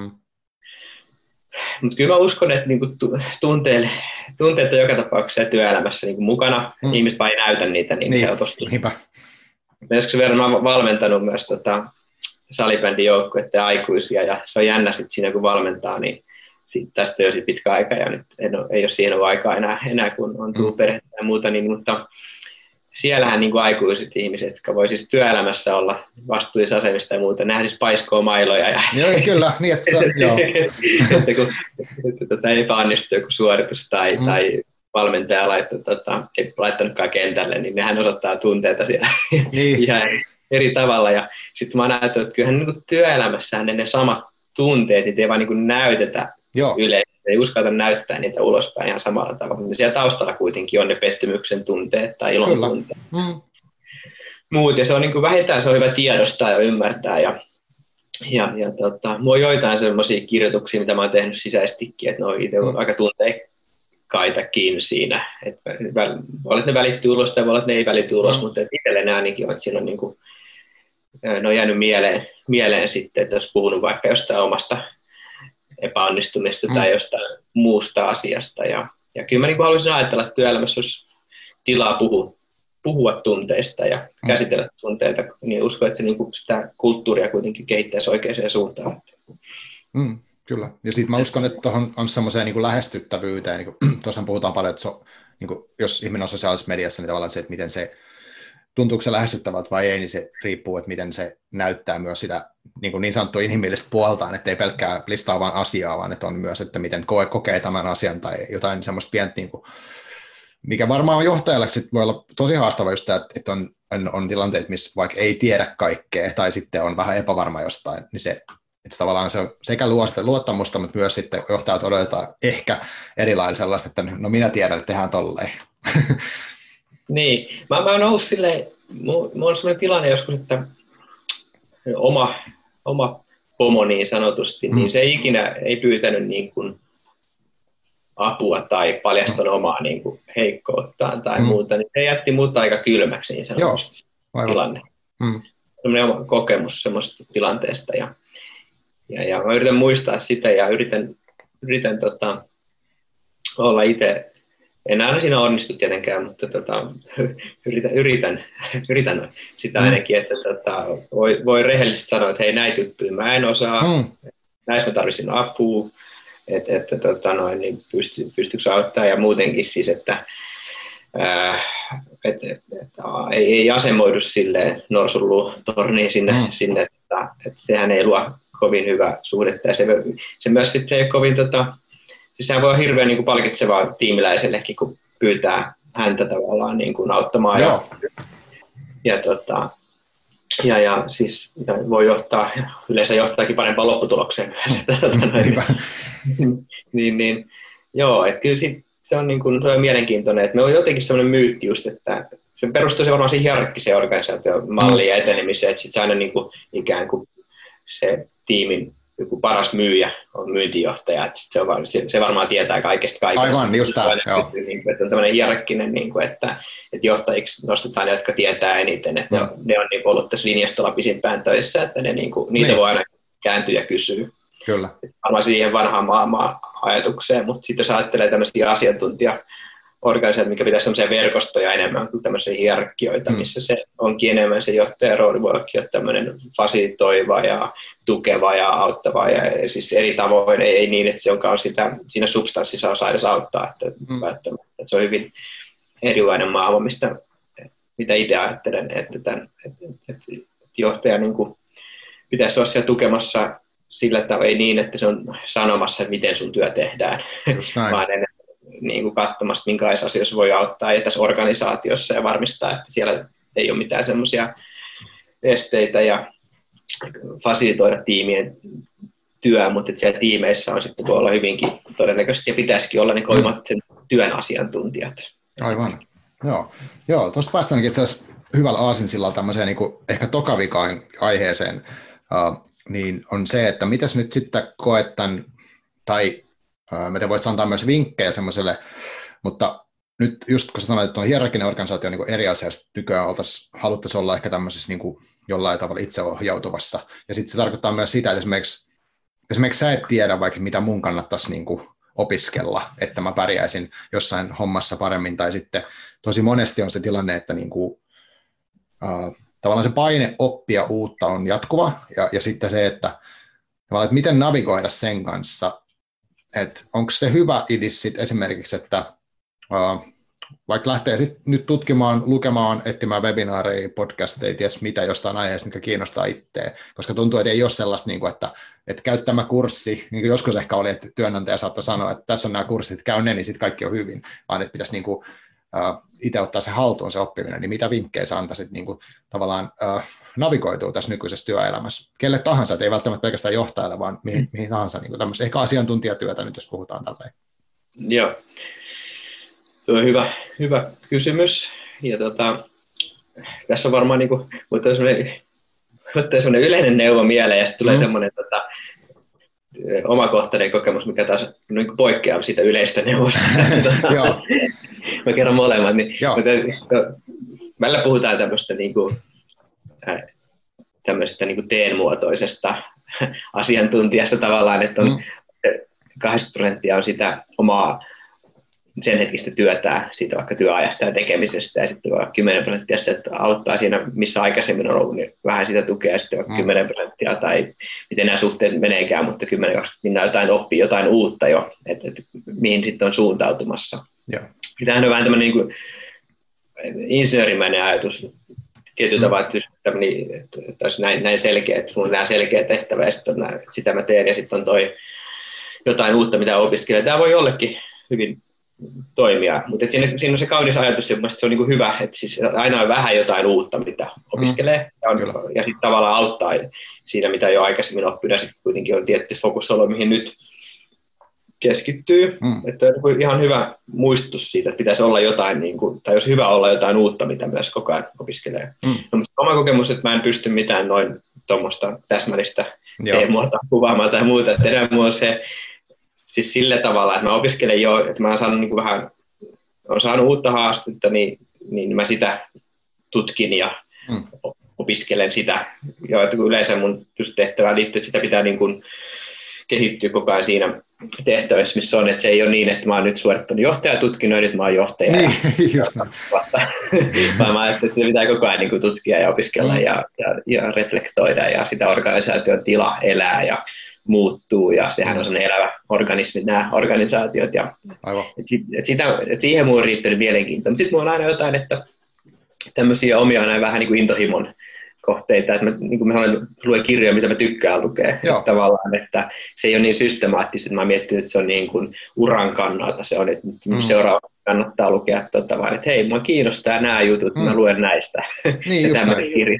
Mutta kyllä mä uskon, että niinku tunteet on joka tapauksessa työelämässä niinku mukana. Ihmiset vain ei näytä niitä niin helposti. Joskus verran olen valmentanut myös salibändin joukkueiden aikuisia, ja se on jännä sitten siinä, kun valmentaa, niin tästä on jo pitkä aika, ja nyt ei ole siihen ole aikaa enää kun on tullut perhettä ja muuta, niin, mutta siellähän niin kuin aikuiset ihmiset, jotka voi siis työelämässä olla vastuullisasemista ja muuta, nehän siis paiskoo mailoja. Joo, kyllä, niin että joo. Että kun epäonnistuu joku suoritus tai valmentaja ei laittanutkaan kentälle, niin nehän osoittaa tunteita siellä ihan eri tavalla. Ja sitten mä näytän, että kyllähän niin työelämässähän ne samat tunteet, niitä ei vaan niin näytetä yleisesti. Ei uskata näyttää niitä ulospäin ihan samalla tavalla, mutta siellä taustalla kuitenkin on ne pettymyksen tunteet tai ilon tunteet. Muut, ja se on niin kuin vähintään se on hyvä tiedostaa ja ymmärtää. Mulla on joitain sellaisia kirjoituksia, mitä mä oon tehnyt sisäistikin, että ne on itse aika tunteikkaitakin siinä. Että ne välittyy ulos tai ne ei välity ulos, mutta itselleni ainakin on, että siinä on niin kuin, ne on jäänyt mieleen sitten, että jos puhunut vaikka jostain omasta epäonnistumista tai jostain muusta asiasta. Ja kyllä mä niin haluaisin ajatella, että työelämässä olisi tilaa puhua tunteista ja käsitellä tunteita, niin uskon, että se niin sitä kulttuuria kuitenkin kehittäisi oikeaan suuntaan. Kyllä. Ja sitten mä uskon, että tuohon on semmoiseen niin lähestyttävyyteen. Niin tuossa puhutaan paljon, että niin kuin, jos ihminen on sosiaalisessa mediassa, niin tavallaan se, että miten se tuntuuko se lähestyttävältä vai ei, niin se riippuu, että miten se näyttää myös sitä niin sanottua inhimillistä puoltaan, että ei pelkkää listaa vaan asiaa, vaan että on myös, että miten kokee tämän asian tai jotain semmoista pientä, niin kuin, mikä varmaan on johtajalle voi olla tosi haastava just tämä, että on tilanteet, missä vaikka ei tiedä kaikkea tai sitten on vähän epävarma jostain, niin se, että tavallaan se on sekä luo sitä luottamusta, mutta myös sitten johtajat odotetaan ehkä eri lailla sellaista, että no minä tiedän, että tehdään tolleen. Niin, mä oon noussut silleen, mulla on sellainen tilanne joskus, että oma pomo niin sanotusti, niin se ei pyytänyt niin kuin apua tai paljastanut omaa niin kuin heikkouttaan tai muuta, niin se jätti mut aika kylmäksi niin sanotusti tilanne. Sellainen oma kokemus semmoisesta tilanteesta ja mä yritän muistaa sitä ja yritän olla itse En aina siinä onnistu tietenkään, mutta yritän sitä ainakin, että voi rehellisesti sanoa, että hei, näitä juttuja mä en osaa, näissä mä tarvitsin apua, niin pystyykö auttaa ja muutenkin siis, että ei asemoidu silleen norsunluutorniin sinne että sehän ei luo kovin hyvää suhdetta ja se myös sitten ei kovin siis sehän voi olla hirveän niin kuin palkitsevaa tiimiläisellekin, kun pyytää häntä tavallaan niin kuin auttamaan ja siis voi johtaa, yleensä johtaakin parempaan lopputulokseen. Joo, että kyllä se on, niin kuin, se on mielenkiintoinen, että me on jotenkin sellainen myytti just, että se perustuu se varmaan siihen hierarkkiseen organisaatiomalliin ja etenemiseen, että sitten se aina niin kuin, ikään kuin se tiimin joku paras myyjä on myyntijohtaja, että se varmaan tietää kaikesta. Aivan, just tämä. Että on tämmöinen hierarkkinen, että johtajiksi nostetaan ne, jotka tietää eniten, että ne on niin ollut tässä linjastolla pisimpään töissä, että niitä voi aina kääntyä ja kysyä. Kyllä. Varmaan siihen vanhaan maailmaan ajatukseen, mutta sitten jos ajattelee tämmöisiä asiantuntijaorganisaatioita, mikä pitäisi sellaisia verkostoja enemmän kuin tämmöisiä hierarkioita, missä se onkin enemmän se johtajan rooli voi olla tämmöinen fasilitoiva ja tukeva ja auttava ja siis eri tavoin, ei niin, että se onkaan siinä substanssissa osaa edes auttaa, että se on hyvin erilainen maailma, mitä itse ajattelen, että johtaja niin kuin pitäisi olla siellä tukemassa sillä tavalla, ei niin, että se on sanomassa, että miten sun työ tehdään, vaan niin kuin katsomassa, minkälaisissa asioissa voi auttaa ja tässä organisaatiossa ja varmistaa, että siellä ei ole mitään semmoisia esteitä ja fasilitoida tiimien työ, mutta siellä tiimeissä on sitten voi olla hyvinkin todennäköisesti ja pitäisikin olla niin kovimmat sen työn asiantuntijat. Aivan. Joo, tuosta päästäänkin itse asiassa hyvällä aasinsillalla tämmöiseen niin kuin ehkä tokavikaan aiheeseen, niin on se, että mitäs nyt sitten koet tämän, tai mä voisit antaa myös vinkkejä semmoiselle, mutta nyt just kun sä sanoit, että tuo hierarkkinen organisaatio on niin eri asia, nykyään haluttaisiin olla ehkä tämmöisessä niin kuin jollain tavalla itseohjautuvassa, ja sitten se tarkoittaa myös sitä, että esimerkiksi sä et tiedä vaikka mitä mun kannattaisi niin kuin opiskella, että mä pärjäisin jossain hommassa paremmin, tai sitten tosi monesti on se tilanne, että niin kuin, tavallaan se paine oppia uutta on jatkuva, ja sitten se, että miten navigoida sen kanssa, että onko se hyvä idis sit esimerkiksi, että vaikka lähtee sit nyt tutkimaan, lukemaan, etsimään webinaareja, podcasteja, ties mitä jostain aiheesta, mikä kiinnostaa itseä, koska tuntuu, että ei ole sellaista, että käy tämä kurssi, niin kuin joskus ehkä oli, että työnantaja saattoi sanoa, että tässä on nämä kurssit, käy ne, niin sitten kaikki on hyvin, vaan että pitäisi itse ottaa se haltuun se oppiminen, niin mitä vinkkejä sä antaisit tavallaan navigoituu tässä nykyisessä työelämässä? Kelle tahansa, että ei välttämättä pelkästään johtajalle, vaan mihin tahansa tämmöistä ehkä asiantuntijatyötä nyt, jos puhutaan tälleen. Joo, tuo on hyvä kysymys. Ja tässä on varmaan mutta sellainen yleinen neuvo mieleen ja sitten tulee semmoinen omakohtainen kokemus, mikä taas niin poikkeaa siitä yleistä neuvosta. Mä kerron molemmat. Välillä puhutaan tämmöisestä teenmuotoisesta asiantuntijasta tavallaan, että on 80% on sitä omaa sen hetkistä työtä, siitä vaikka työajasta ja tekemisestä, ja sitten 10% sitä auttaa siinä, missä aikaisemmin on ollut, niin vähän sitä tukea, ja sitten 10%, tai miten nämä suhteet meneekään, mutta 10-20% jotain oppii jotain uutta jo, että mihin sitten on suuntautumassa. Tämähän on vähän tämmöinen niin kuin insinöörimäinen ajatus tietyllä tavalla, että olisi näin selkeä, että minulla on nämä selkeä tehtävä, ja sitten sitä mä teen, ja sitten on toi jotain uutta, mitä opiskelee. Tämä voi jollekin hyvin toimia, mutta siinä on se kaunis ajatus, ja mielestäni se on niin kuin hyvä, että siis aina on vähän jotain uutta, mitä opiskelee, ja sitten tavallaan auttaa siinä, mitä jo aikaisemmin oppinut, ja sitten kuitenkin on tietty fokusalue, mihin nyt keskittyy. Että on ihan hyvä muistutus siitä, että pitäisi olla jotain, tai jos hyvä olla jotain uutta, mitä myös koko ajan opiskelee. Oma kokemus, että mä en pysty mitään noin tuommoista täsmällistä teemuota kuvaamaan tai muuta, että enää mulla on se siis sillä tavalla, että mä opiskelen jo, että mä oon saanut olen saanut uutta haastetta, niin mä sitä tutkin ja opiskelen sitä. Ja yleensä mun tehtävään liittyy, että sitä pitää kehittyä koko ajan siinä, tehtävissä, missä on, että se ei ole niin, että mä oon nyt suorittanut johtajatutkinnon ja nyt mä oon johtaja. Niin, just näin. Vaan mä ajattelin, että sitä pitää koko ajan niin kuin tutkia ja opiskella ja reflektoida ja sitä organisaation tila elää ja muuttuu ja sehän on sellainen elävä organismi, nämä organisaatiot. Ja, siihen mulla on riittänyt mielenkiintoa. Mutta sitten mulla on aina jotain, että tämmöisiä omia näin vähän niin kuin intohimon kohteita, että mä luen kirjoja, mitä mä tykkään lukea. Että tavallaan, että se ei ole niin systemaattista, että mä mietin, että se on niin kuin uran kannalta, se on, että seuraava kannattaa lukea, vaan että hei, mua kiinnostaa nämä jutut, mä luen näistä. Niin, ja tämmöinen kirja.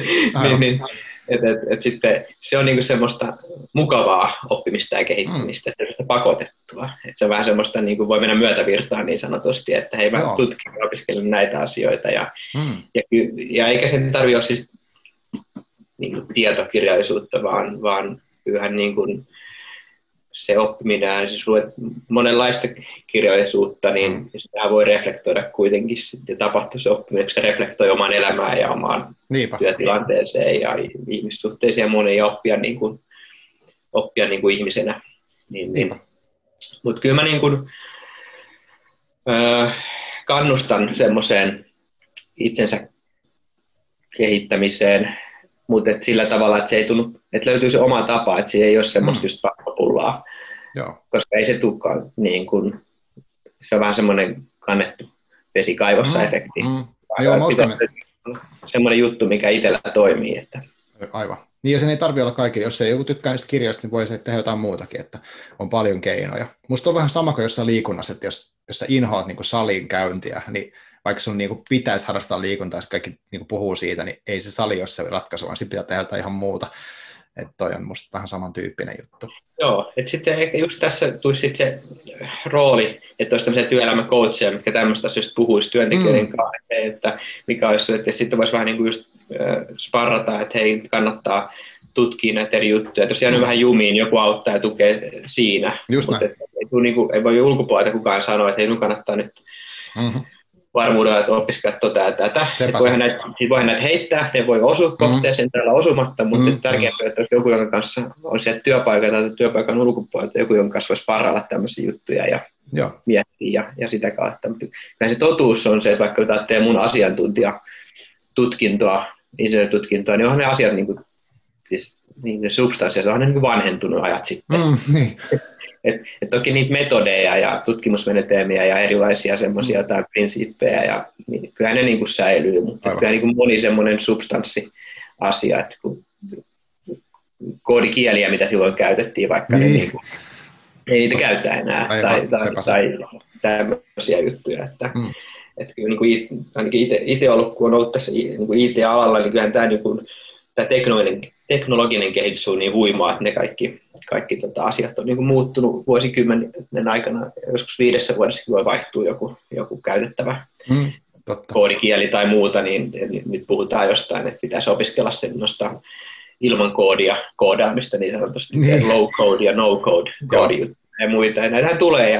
Sitten se on niinku semmoista mukavaa oppimista ja kehittymistä, että semmoista pakotettua. Että se on vähän semmoista, niinku voi mennä myötävirtaan niin sanotusti, että hei, mä tutkin ja opiskelen näitä asioita. Ja eikä sen tarvitse olla siis niinku tietokirjallisuutta, vaan kyllähän niinku se oppiminen, siis luet monenlaista kirjallisuutta, niin sitä voi reflektoida kuitenkin ja tapahtuu se oppiminen, kun se reflektoi omaan elämään ja omaan työtilanteeseen ja ihmissuhteisiin ja monen ja oppia niin kuin ihmisenä. Mutta kyllä mä niin kuin, kannustan semmoiseen itsensä kehittämiseen, mutta sillä tavalla, että se ei tunnu, että löytyy se oma tapa, että se ei ole semmoista just pakkopullaa, koska ei se tulekaan niin kuin, se on vähän semmoinen kannettu vesikaivossa efekti. Semmoinen juttu, mikä itsellä toimii. Että. Aivan. Niin ja sen ei tarvitse olla kaikille. Jos ei joku tykkää niistä kirjoista, niin voi se tehdä jotain muutakin, että on paljon keinoja. Musta on vähän sama kuin jossain liikunnassa, että jos sä inhoat niin kuin salin käyntiä, niin vaikka sun niin pitäisi harrastaa liikuntaa, jos kaikki niin puhuu siitä, niin ei se sali ole se ratkaisu, vaan sitten pitää tehdä jotain ihan muuta. Että toi on musta vähän samantyyppinen juttu. Joo, että sitten ehkä just tässä tulisi se rooli, että olisi tämmöisiä työelämäcoacheja, mitkä tämmöistä asioista puhuisi työntekijöiden kanssa, että mikä olisi, että sitten voisi vähän niin kuin just sparrata, että hei, kannattaa tutkia näitä eri juttuja. Että jos jäänyt vähän jumiin, joku auttaa ja tukee siinä, mutta ei voi ulkopuolelta kukaan sanoa, että hei, nyt kannattaa nyt varmuudella, että opiskelijat ja tätä. Voihan näitä heittää, ne voi osua kohteeseen täällä osumatta, mutta tärkeämpää, että joku, jonka kanssa on sieltä työpaikalta tai työpaikan ulkopuolelta, joku, jonka kanssa voisi parhailla tämmöisiä juttuja ja miettiä ja sitä kautta. Mutta se totuus on se, että vaikka otatte mun asiantuntijatutkintoa, insinööritutkintoa, niin onhan ne asiat niin kuin, siis niin substanssia, se on niin kuin vanhentunut ajat sitten. Et toki niitä metodeja ja tutkimusmenetelmiä ja erilaisia semmoisia tai prinsiippejä, ja niin, kyllä ne niin kuin säilyy, mutta kyllä niin kuin moni semmoinen substanssiasia, että kun koodikieliä, mitä silloin käytettiin, vaikka ne niin kuin, ei niitä käytä enää, tai tämmöisiä juttuja, että kyllä niin kuin ainakin itse ollut, kun on ollut tässä niin kuin IT-alalla, niin kyllähän tämä niin kuin, tämä teknologinen kehitys on niin huimaa, että ne kaikki asiat on niin kuin muuttunut vuosikymmenen aikana. Joskus 5 vuodessa voi vaihtua joku käytettävä koodikieli tai muuta, niin nyt puhutaan jostain, että pitäisi opiskella semmoista ilman koodaamista, niin sanotusti low code ja no code koodijuttuja ja muita. Ja näitähän tulee,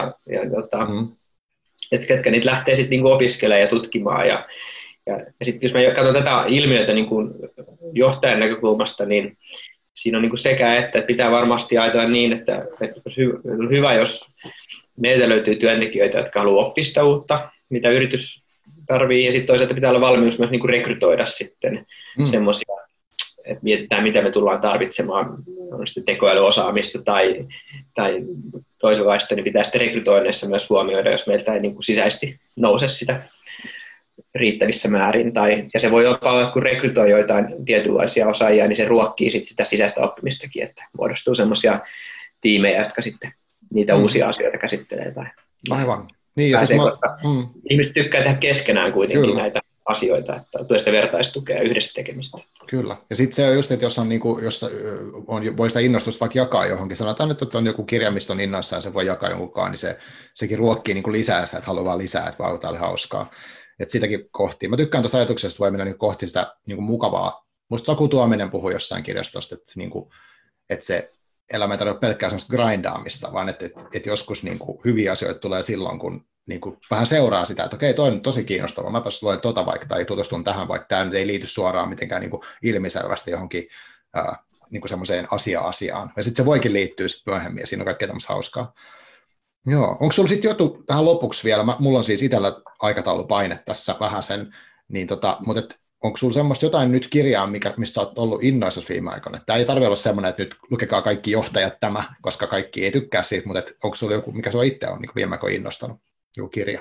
että ketkä niitä lähtee sitten niin opiskelemaan ja tutkimaan. Ja sitten jos mä katson tätä ilmiötä niin kuin johtajan näkökulmasta, niin siinä on niin kuin sekä että pitää varmasti ajatella niin, että on hyvä, jos meiltä löytyy työntekijöitä, jotka haluaa oppia sitä uutta, mitä yritys tarvii, ja sitten toisaalta pitää olla valmius myös niin kuin rekrytoida sitten semmoisia, että mietitään, mitä me tullaan tarvitsemaan, on sitten tekoälyosaamista tai toisenlaista, niin pitää sitten rekrytoinneissa myös huomioida, jos meiltä ei niin kuin sisäisesti nouse sitä riittävissä määrin, ja se voi jopa olla, kun rekrytoi joitain tietynlaisia osaajia, niin se ruokkii sit sitä sisäistä oppimistakin, että muodostuu semmoisia tiimejä, jotka sitten niitä uusia asioita käsittelee. Aivan. Niin, ja siis ihmiset tykkää tehdä keskenään kuitenkin näitä asioita, että tulee sitä vertaistukea ja yhdessä tekemistä. Kyllä. Ja sitten se on just, että jos voi sitä innostusta vaikka jakaa johonkin, sanotaan nyt, että on joku kirja, mistä on innoissaan, se voi jakaa jonkunkaan, niin sekin ruokkii niin kuin lisää sitä, että haluaa vaan lisää, että vau, tämä oli hauskaa. Että sitäkin kohti. Mä tykkään tuosta ajatuksesta, että voi mennä niin kohti sitä niin mukavaa. Musta Saku Tuominen puhui jossain kirjastosta, että se elämä ei tarvitse pelkkää sellaista grindaamista, vaan että joskus niin kuin hyviä asioita tulee silloin, kun niin kuin vähän seuraa sitä, että okei, toi on tosi kiinnostavaa, mäpäs luen vaikka tai tutustun tähän, vaikka tämä nyt ei liity suoraan mitenkään niin kuin ilmiselvästi johonkin niin kuin semmoiseen asiaan. Ja sitten se voikin liittyä sitten myöhemmin, ja siinä on kaikkea tämmöistä hauskaa. Joo, onko sulla sitten joku tähän lopuksi vielä, mulla on siis itsellä aikataulupaine tässä vähän sen, niin mutta onko sulla semmoista jotain nyt kirjaa, mistä sä oot ollut innoissasi viime aikoina? Tämä ei tarvitse olla semmoinen, että nyt lukekaa kaikki johtajat tämä, koska kaikki ei tykkää siitä, mutta onko sulla joku, mikä sua itse on niin viime aikoina innostanut, joku kirja?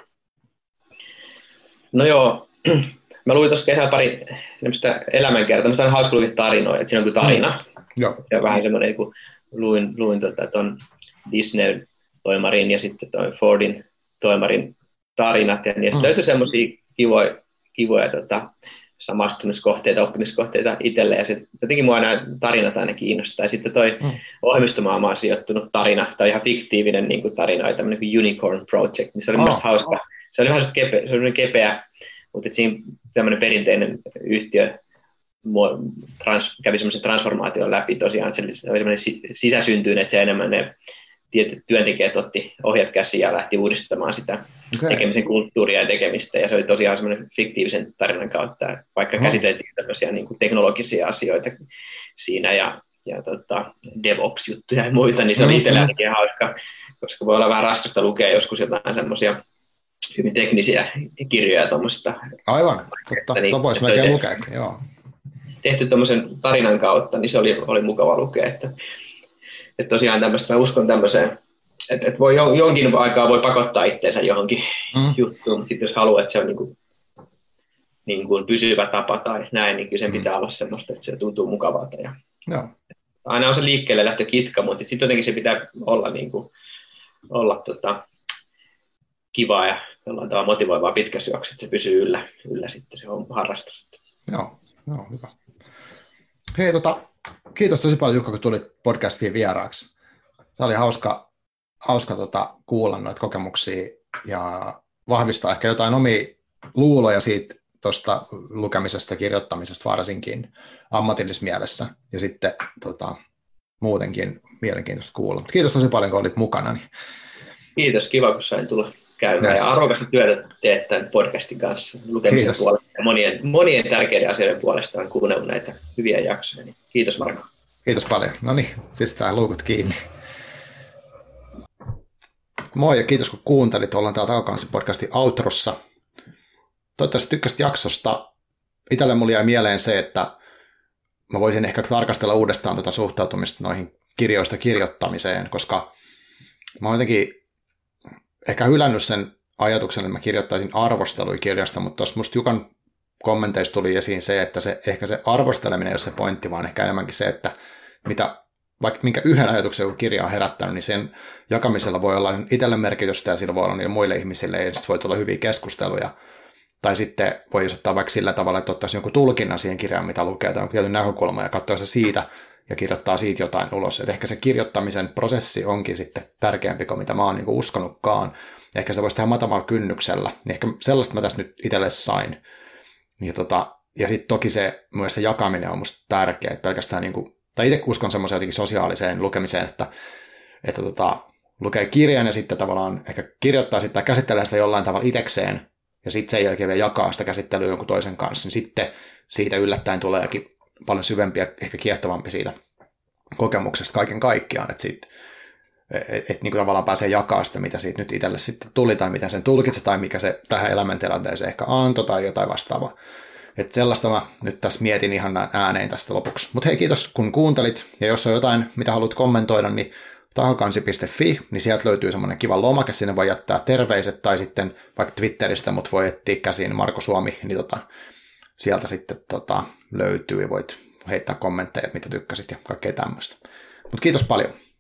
No joo, mä luin tuossa kesällä pari elämänkertaa, tämmöistä on hauska lukea tarinoja, että siinä on kuin tarina. Se on vähän semmoinen, kun luin tuon Disneyn toimarin ja sitten tuon Fordin toimarin tarinat, ja niistä löytyi semmoisia kivoja samastumiskohteita, oppimiskohteita itselle, ja jotenkin mua nämä tarinat aina kiinnostaa. Ja sitten toi ohjelmistomaailmaan sijoittunut tarina, tai ihan fiktiivinen niin kuin tarina, tämmöinen kuin Unicorn Project, niin se oli mielestäni hauska. Se oli vähän kepeä, mutta siinä tämmöinen perinteinen yhtiö kävi semmoisen transformaation läpi tosiaan, se oli semmoinen sisäsyntyinen, että se enemmän ne tietyt työntekijät otti ohjat käsiin ja lähti uudistamaan sitä tekemisen kulttuuria ja tekemistä, ja se oli tosiaan semmoinen fiktiivisen tarinan kautta, vaikka käsiteltiin tämmöisiä niin kuin teknologisia asioita siinä ja DevOps-juttuja ja muita, niin se oli itselläänkin hauska, koska voi olla vähän raskasta lukea joskus jotain semmoisia hyvin teknisiä kirjoja tuommoista. Aivan, totta, niin, voisi melkein lukea, joo. Tehty tuommoisen tarinan kautta, niin se oli mukava lukea, että tosiaan tämmöistä, mä uskon tämmöiseen, että voi jonkin aikaa voi pakottaa itseensä johonkin juttuun, mutta sitten jos haluaa, että se on niin kuin pysyvä tapa tai näin, niin kyllä sen pitää olla semmoista, että se tuntuu mukavalta. Ja aina on se liikkeelle lähtö kitka, mutta sitten jotenkin se pitää olla kivaa ja jollain tavalla motivoivaa pitkässä juoksussa, että se pysyy yllä sitten se on harrastus. Joo, hyvä. Hei, kiitos tosi paljon Jukka, kun tulit podcastiin vieraaksi. Tämä oli hauska kuulla noita kokemuksia ja vahvistaa ehkä jotain omia luuloja siitä tuosta lukemisesta ja kirjoittamisesta varsinkin ammatillisessa mielessä. Ja sitten muutenkin mielenkiintoista kuulla. Kiitos tosi paljon, kun olit mukana. Kiitos, kiva, kun sain tulla käymään. Ja arvokasta työtä teet tämän podcastin kanssa lukemisen puolesta ja monien tärkeiden asioiden puolesta on kuunnellut näitä hyviä jaksoja. Niin kiitos Marko. Kiitos paljon. No niin, pistetään luukut kiinni. Moi ja kiitos kun kuuntelit. Ollaan täällä Takakansi podcastin outrossa. Toivottavasti tykkäsit jaksosta. Itselle mulla jäi mieleen se, että mä voisin ehkä tarkastella uudestaan suhtautumista noihin kirjoista kirjoittamiseen, koska mä oon jotenkin ehkä hylännyt sen ajatuksen, että mä kirjoittaisin arvostelui kirjasta, mutta tuossa musta Jukan kommenteissa tuli esiin se, että ehkä se arvosteleminen ei ole se pointti, vaan ehkä enemmänkin se, että vaikka minkä yhden ajatuksen kun kirja on herättänyt, niin sen jakamisella voi olla itselle merkitystä ja sillä voi olla niille muille ihmisille ja sitten voi tulla hyviä keskusteluja. Tai sitten voi ottaa vaikka sillä tavalla, että ottaisi jonkun tulkinnan siihen kirjaan, mitä lukee, tai tietyn näkökulma ja katsoa se siitä ja kirjoittaa siitä jotain ulos. Et ehkä se kirjoittamisen prosessi onkin sitten tärkeämpi kuin mitä mä oon niinku uskonutkaan. Ja ehkä se voisi tehdä matamalla kynnyksellä. Niin ehkä sellaista mä tässä nyt itselle sain. Ja sitten toki myös se jakaminen on musta tärkeä. Että pelkästään tai itse uskon semmoiseen jotenkin sosiaaliseen lukemiseen, että lukee kirjan ja sitten tavallaan ehkä kirjoittaa sitä tai käsittelee sitä jollain tavalla itsekseen. Ja sitten sen jälkeen vielä jakaa sitä käsittelyä jonkun toisen kanssa. Niin sitten siitä yllättäen tuleekin paljon syvempi ja ehkä kiehtovampi siitä kokemuksesta kaiken kaikkiaan, että niin kuin tavallaan pääsee jakamaan sitä, mitä siitä nyt itselle sitten tuli, tai miten sen tulkitsi, tai mikä se tähän elämäntilanteeseen ehkä antoi, tai jotain vastaavaa. Että sellaista mä nyt tässä mietin ihan ääneen tästä lopuksi. Mutta hei, kiitos kun kuuntelit, ja jos on jotain, mitä haluat kommentoida, niin takakansi.fi, niin sieltä löytyy semmoinen kiva lomake, sinne voi jättää terveiset, tai sitten vaikka Twitteristä, mutta voi etsiä käsiin Marko Suomi, niin sieltä sitten löytyy ja voit heittää kommentteja, mitä tykkäsit ja kaikkea tämmöistä. Mutta kiitos paljon.